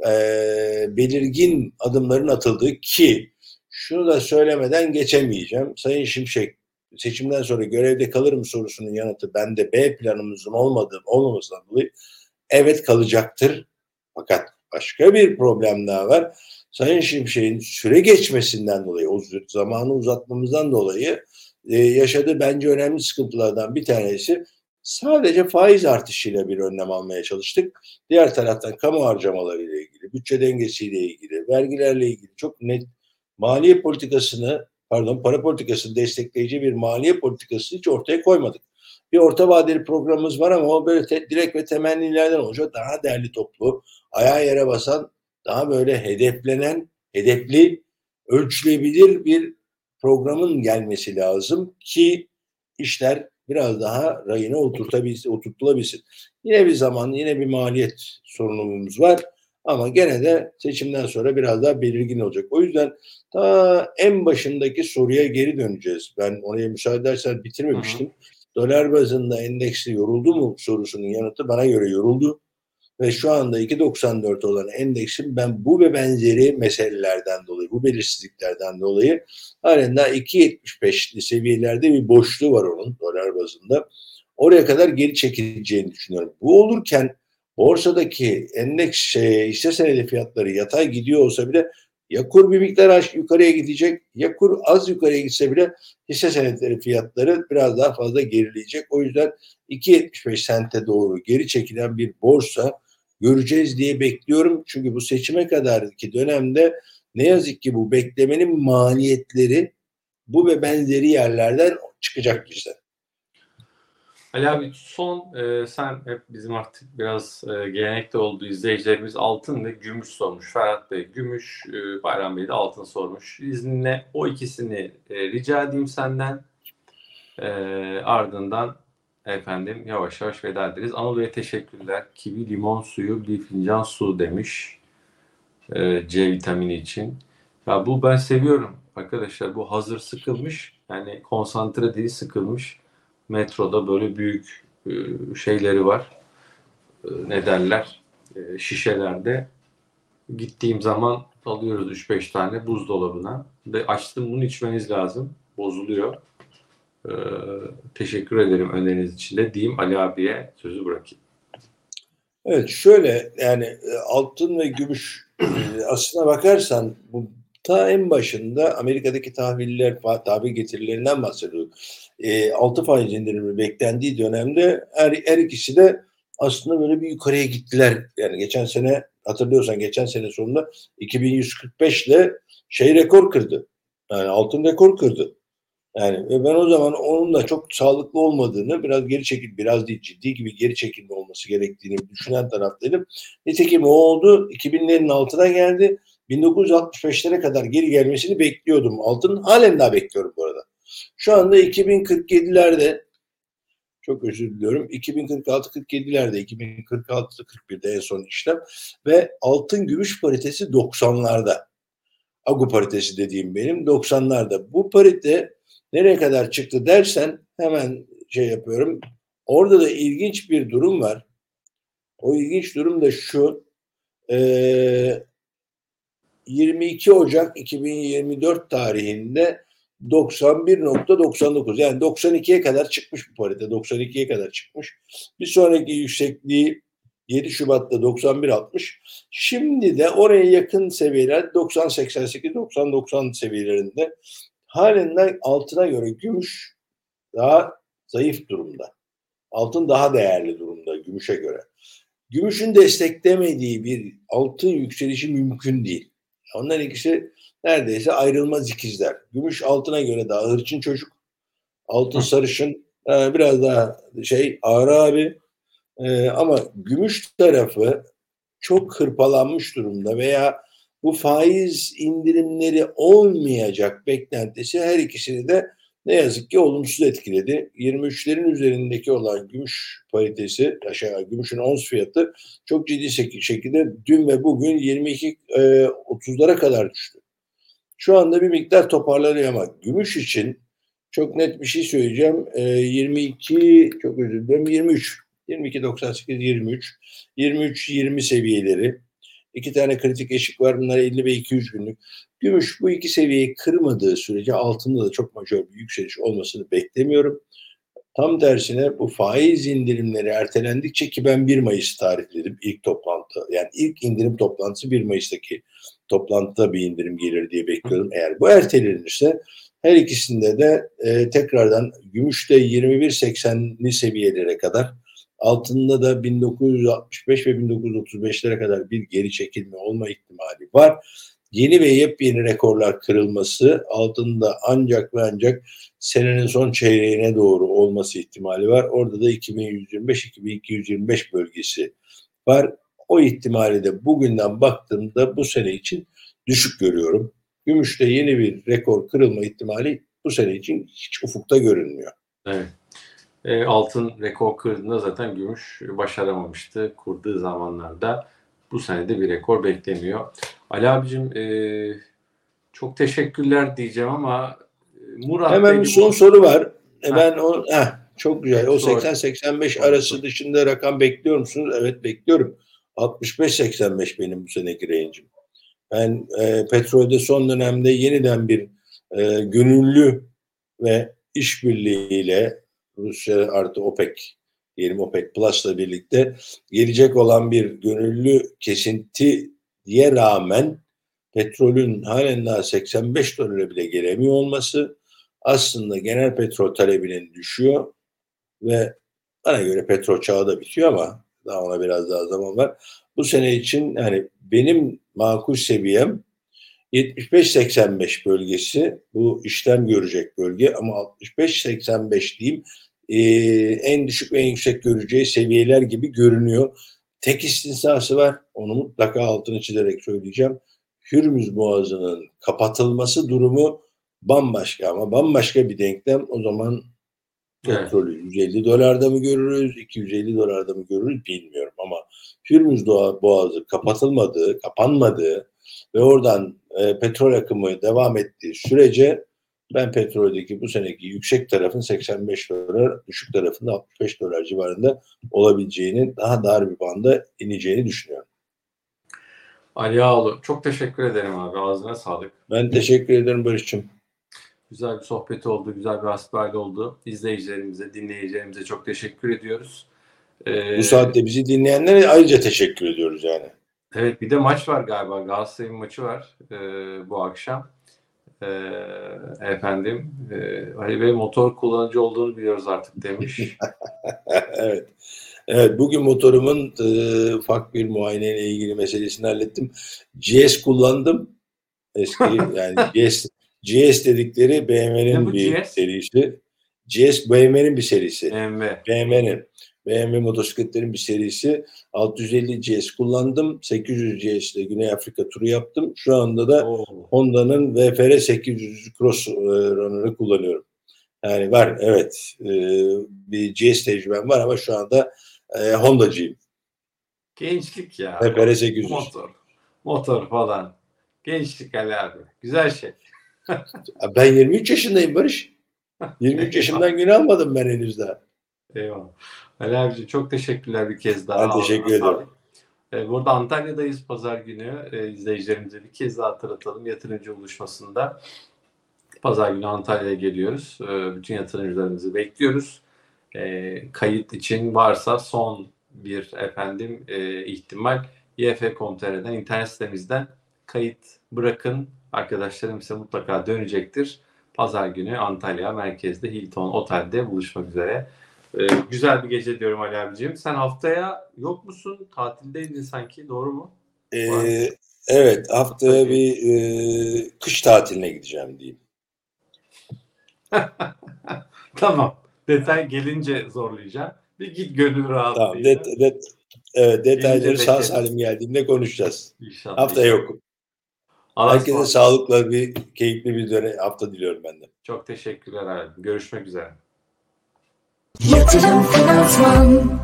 belirgin adımların atıldığı ki şunu da söylemeden geçemeyeceğim. Sayın Şimşek seçimden sonra görevde kalır mı sorusunun yanıtı bende B planımızın olmamasından dolayı evet kalacaktır. Fakat başka bir problem daha var. Sayın Şimşek'in süre geçmesinden dolayı, o zamanı uzatmamızdan dolayı yaşadığı bence önemli sıkıntılardan bir tanesi sadece faiz artışıyla bir önlem almaya çalıştık. Diğer taraftan kamu harcamaları ile ilgili, bütçe dengesiyle ilgili, vergilerle ilgili çok net maliye politikasını, para politikasını destekleyici bir maliye politikası hiç ortaya koymadık. Bir orta vadeli programımız var ama o böyle direkt ve temennilerden olacak. Daha değerli toplu, ayağa yere basan, daha böyle hedefli, ölçülebilir bir programın gelmesi lazım ki işler biraz daha rayına oturtulabilsin. Yine bir zaman, yine bir maliyet sorunumuz var ama gene de seçimden sonra biraz daha belirgin olacak. O yüzden ta en başındaki soruya geri döneceğiz. Ben oraya müsaade edersen bitirmemiştim. Dolar bazında endeksli yoruldu mu sorusunun yanıtı bana göre yoruldu. Ve şu anda 2.94 olan endeksin ben bu ve benzeri meselelerden dolayı, bu belirsizliklerden dolayı halen daha 2.75'li seviyelerde bir boşluğu var onun dolar bazında. Oraya kadar geri çekileceğini düşünüyorum. Bu olurken borsadaki endeks hisse senedi fiyatları yatay gidiyor olsa bile ya kur bir miktar yukarıya gidecek ya kur az yukarıya gitse bile hisse senetleri fiyatları biraz daha fazla gerileyecek. O yüzden 2.75 sente doğru geri çekilen bir borsa göreceğiz diye bekliyorum. Çünkü bu seçime kadarki dönemde ne yazık ki bu beklemenin maliyetleri bu ve benzeri yerlerden çıkacak bizden. Ali abi son sen hep bizim artık biraz gelenekte olduğu izleyicilerimiz altın ve gümüş sormuş. Ferhat Bey gümüş, Bayram Bey de altın sormuş. İzninle o ikisini rica edeyim senden. Ardından efendim yavaş yavaş veda ederiz. Anıl Bey teşekkürler. Kivi limon suyu bir fincan su demiş C vitamini için. Ya bu ben seviyorum arkadaşlar. Bu hazır sıkılmış yani konsantre değil sıkılmış. Metroda böyle büyük şeyleri var. Ne derler? Şişelerde. Gittiğim zaman alıyoruz 3-5 tane buzdolabına. Ve açtım bunu içmeniz lazım. Bozuluyor. Teşekkür ederim öneriniz için de diyeyim Ali abiye sözü bırakayım. Evet şöyle yani altın ve gümüş aslına bakarsan bu ta en başında Amerika'daki tahvil getirilerinden bahsediyorduk. 6 faiz indirimi beklendiği dönemde her ikisi de aslında böyle bir yukarıya gittiler. Yani geçen sene hatırlıyorsan geçen sene sonunda 2145 ile rekor kırdı. Yani altın rekor kırdı. Yani ve ben o zaman onun da çok sağlıklı olmadığını, biraz değil ciddi gibi geri çekilme olması gerektiğini düşünen taraftaydım. Nitekim o oldu. 2000'lerin altına geldi. 1965'lere kadar geri gelmesini bekliyordum. Altın halen daha bekliyorum bu arada. Şu anda 2047'lerde çok özür diliyorum. 2046-47'lerde, 2046-41'de en son işlem ve altın gümüş paritesi 90'larda. Agu paritesi dediğim benim 90'larda. Bu parite nereye kadar çıktı dersen hemen yapıyorum. Orada da ilginç bir durum var. O ilginç durum da şu. 22 Ocak 2024 tarihinde 91.99 yani 92'ye kadar çıkmış bu parite. 92'ye kadar çıkmış. Bir sonraki yüksekliği 7 Şubat'ta 91.60. Şimdi de oraya yakın seviyeler 90.88, 90.90 seviyelerinde. Halen de altına göre gümüş daha zayıf durumda. Altın daha değerli durumda gümüşe göre. Gümüşün desteklemediği bir altın yükselişi mümkün değil. Onların ikisi neredeyse ayrılmaz ikizler. Gümüş altına göre daha hırçın çocuk. Altın sarışın, biraz daha ağır abi. Ama gümüş tarafı çok hırpalanmış durumda veya bu faiz indirimleri olmayacak beklentisi her ikisini de ne yazık ki olumsuz etkiledi. 23'lerin üzerindeki olan gümüş paritesi, aşağı gümüşün ons fiyatı çok ciddi şekilde dün ve bugün 22-30'lara kadar düştü. Şu anda bir miktar toparlanıyor ama gümüş için çok net bir şey söyleyeceğim. 22, çok özür dilerim, 23. 22.98, 23. 23-20 seviyeleri. İki tane kritik eşik var. Bunlar 50 ve 200 günlük. Gümüş bu iki seviyeyi kırmadığı sürece altında da çok majör bir yükseliş olmasını beklemiyorum. Tam tersine bu faiz indirimleri ertelendikçe, ki ben 1 Mayıs tarihledim ilk toplantı. Yani ilk indirim toplantısı 1 Mayıs'taki toplantıda bir indirim gelir diye bekliyordum. Eğer bu ertelenirse her ikisinde de tekrardan gümüşte 21.80'li seviyelere kadar, altında da 1965 ve 1935'lere kadar bir geri çekilme olma ihtimali var. Yeni ve yepyeni rekorlar kırılması, altında ancak ve ancak senenin son çeyreğine doğru olması ihtimali var. Orada da 2125-2225 bölgesi var. O ihtimali de bugünden baktığımda bu sene için düşük görüyorum. Gümüşte yeni bir rekor kırılma ihtimali bu sene için hiç ufukta görünmüyor. Evet. Altın rekor kırdığında zaten gümüş başaramamıştı kurduğu zamanlarda. Bu sene de bir rekor bekleniyor. Ali abicim, çok teşekkürler diyeceğim ama Murat Hemen bir son soru var. Ben çok güzel. O 80-85 arası dışında rakam bekliyor musunuz? Evet, bekliyorum. 65-85 benim bu seneki range'im. Ben petrolde son dönemde yeniden bir gönüllü ve işbirliğiyle Rusya artı OPEC, diyelim OPEC Plus'la birlikte gelecek olan bir gönüllü kesintiye rağmen petrolün halen daha 85 dolara bile gelemiyor olması aslında genel petrol talebinin düşüyor ve bana göre petrol çağı da bitiyor ama daha ona biraz daha zaman var. Bu sene için yani benim makul seviyem 75-85 bölgesi, bu işlem görecek bölge, ama 65-85 diyeyim en düşük ve en yüksek göreceği seviyeler gibi görünüyor. Tek istisnası var, onu mutlaka altını çizerek söyleyeceğim. Hürmüz Boğazı'nın kapatılması durumu bambaşka, ama bambaşka bir denklem. O zaman petrolü 150 dolarda mı görürüz, 250 dolarda mı görürüz bilmiyorum, ama Hürmüz Boğazı kapanmadığı ve oradan petrol akımı devam ettiği sürece ben petroldeki bu seneki yüksek tarafın 85 dolar, düşük tarafında 65 dolar civarında olabileceğini, daha dar bir banda ineceğini düşünüyorum. Ali Ağaoğlu, çok teşekkür ederim abi. Ağzına sağlık. Ben teşekkür ederim Barış'cığım. Güzel bir sohbet oldu, güzel bir hasbihal oldu. İzleyicilerimize, dinleyicilerimize çok teşekkür ediyoruz. Bu saatte bizi dinleyenlere ayrıca teşekkür ediyoruz yani. Evet, bir de maç var galiba. Galatasaray'ın maçı var bu akşam. Ali Bey motor kullanıcı olduğunu biliyoruz artık demiş. Evet. Evet, bugün motorumun ufak bir muayeneyle ilgili meselesini hallettim. GS kullandım. Eski yani GS dedikleri BMW'nin bir GS? serisi. GS BMW'nin bir serisi. BMW. BMW motosikletlerin bir serisi. 650 GS kullandım. 800 GS ile Güney Afrika turu yaptım. Şu anda da Honda'nın VFR 800 Cross Runner'ı kullanıyorum. Yani var, evet, bir GS tecrübem var ama şu anda Honda'cıyım. Gençlik ya. VFR 800. Motor falan. Gençlik Ali abi. Güzel şey. Ben 23 yaşındayım Barış. 23 yaşımdan gün almadım ben henüz daha. Eyvallah. Ali abiciğim, çok teşekkürler bir kez daha. Ben teşekkür ederim. Burada Antalya'dayız pazar günü. İzleyicilerimize bir kez daha hatırlatalım. Yatırımcı buluşmasında pazar günü Antalya'ya geliyoruz. Bütün yatırımcılarımızı bekliyoruz. Kayıt için varsa son bir ihtimal yf.com.tr'den, internet sitemizden kayıt bırakın. Arkadaşlarım ise mutlaka dönecektir. Pazar günü Antalya merkezde Hilton Otel'de buluşmak üzere. Güzel bir gece diyorum Ali abiciğim. Sen haftaya yok musun? Tatildeydin sanki, doğru mu? Evet, haftaya bir kış tatiline gideceğim diyeyim. Tamam. Detay gelince zorlayacağım. Bir git gönül Tamam, rahatlığıyla. detayları Gelince sağ bekleriz. salim geldiğinde konuşacağız. İnşallah, Haftaya inşallah. yokum. Allah'a Herkese ısmarladık. sağlıkla bir keyifli bir hafta diliyorum ben de. Çok teşekkürler abi. Görüşmek üzere. Yatırım Finansman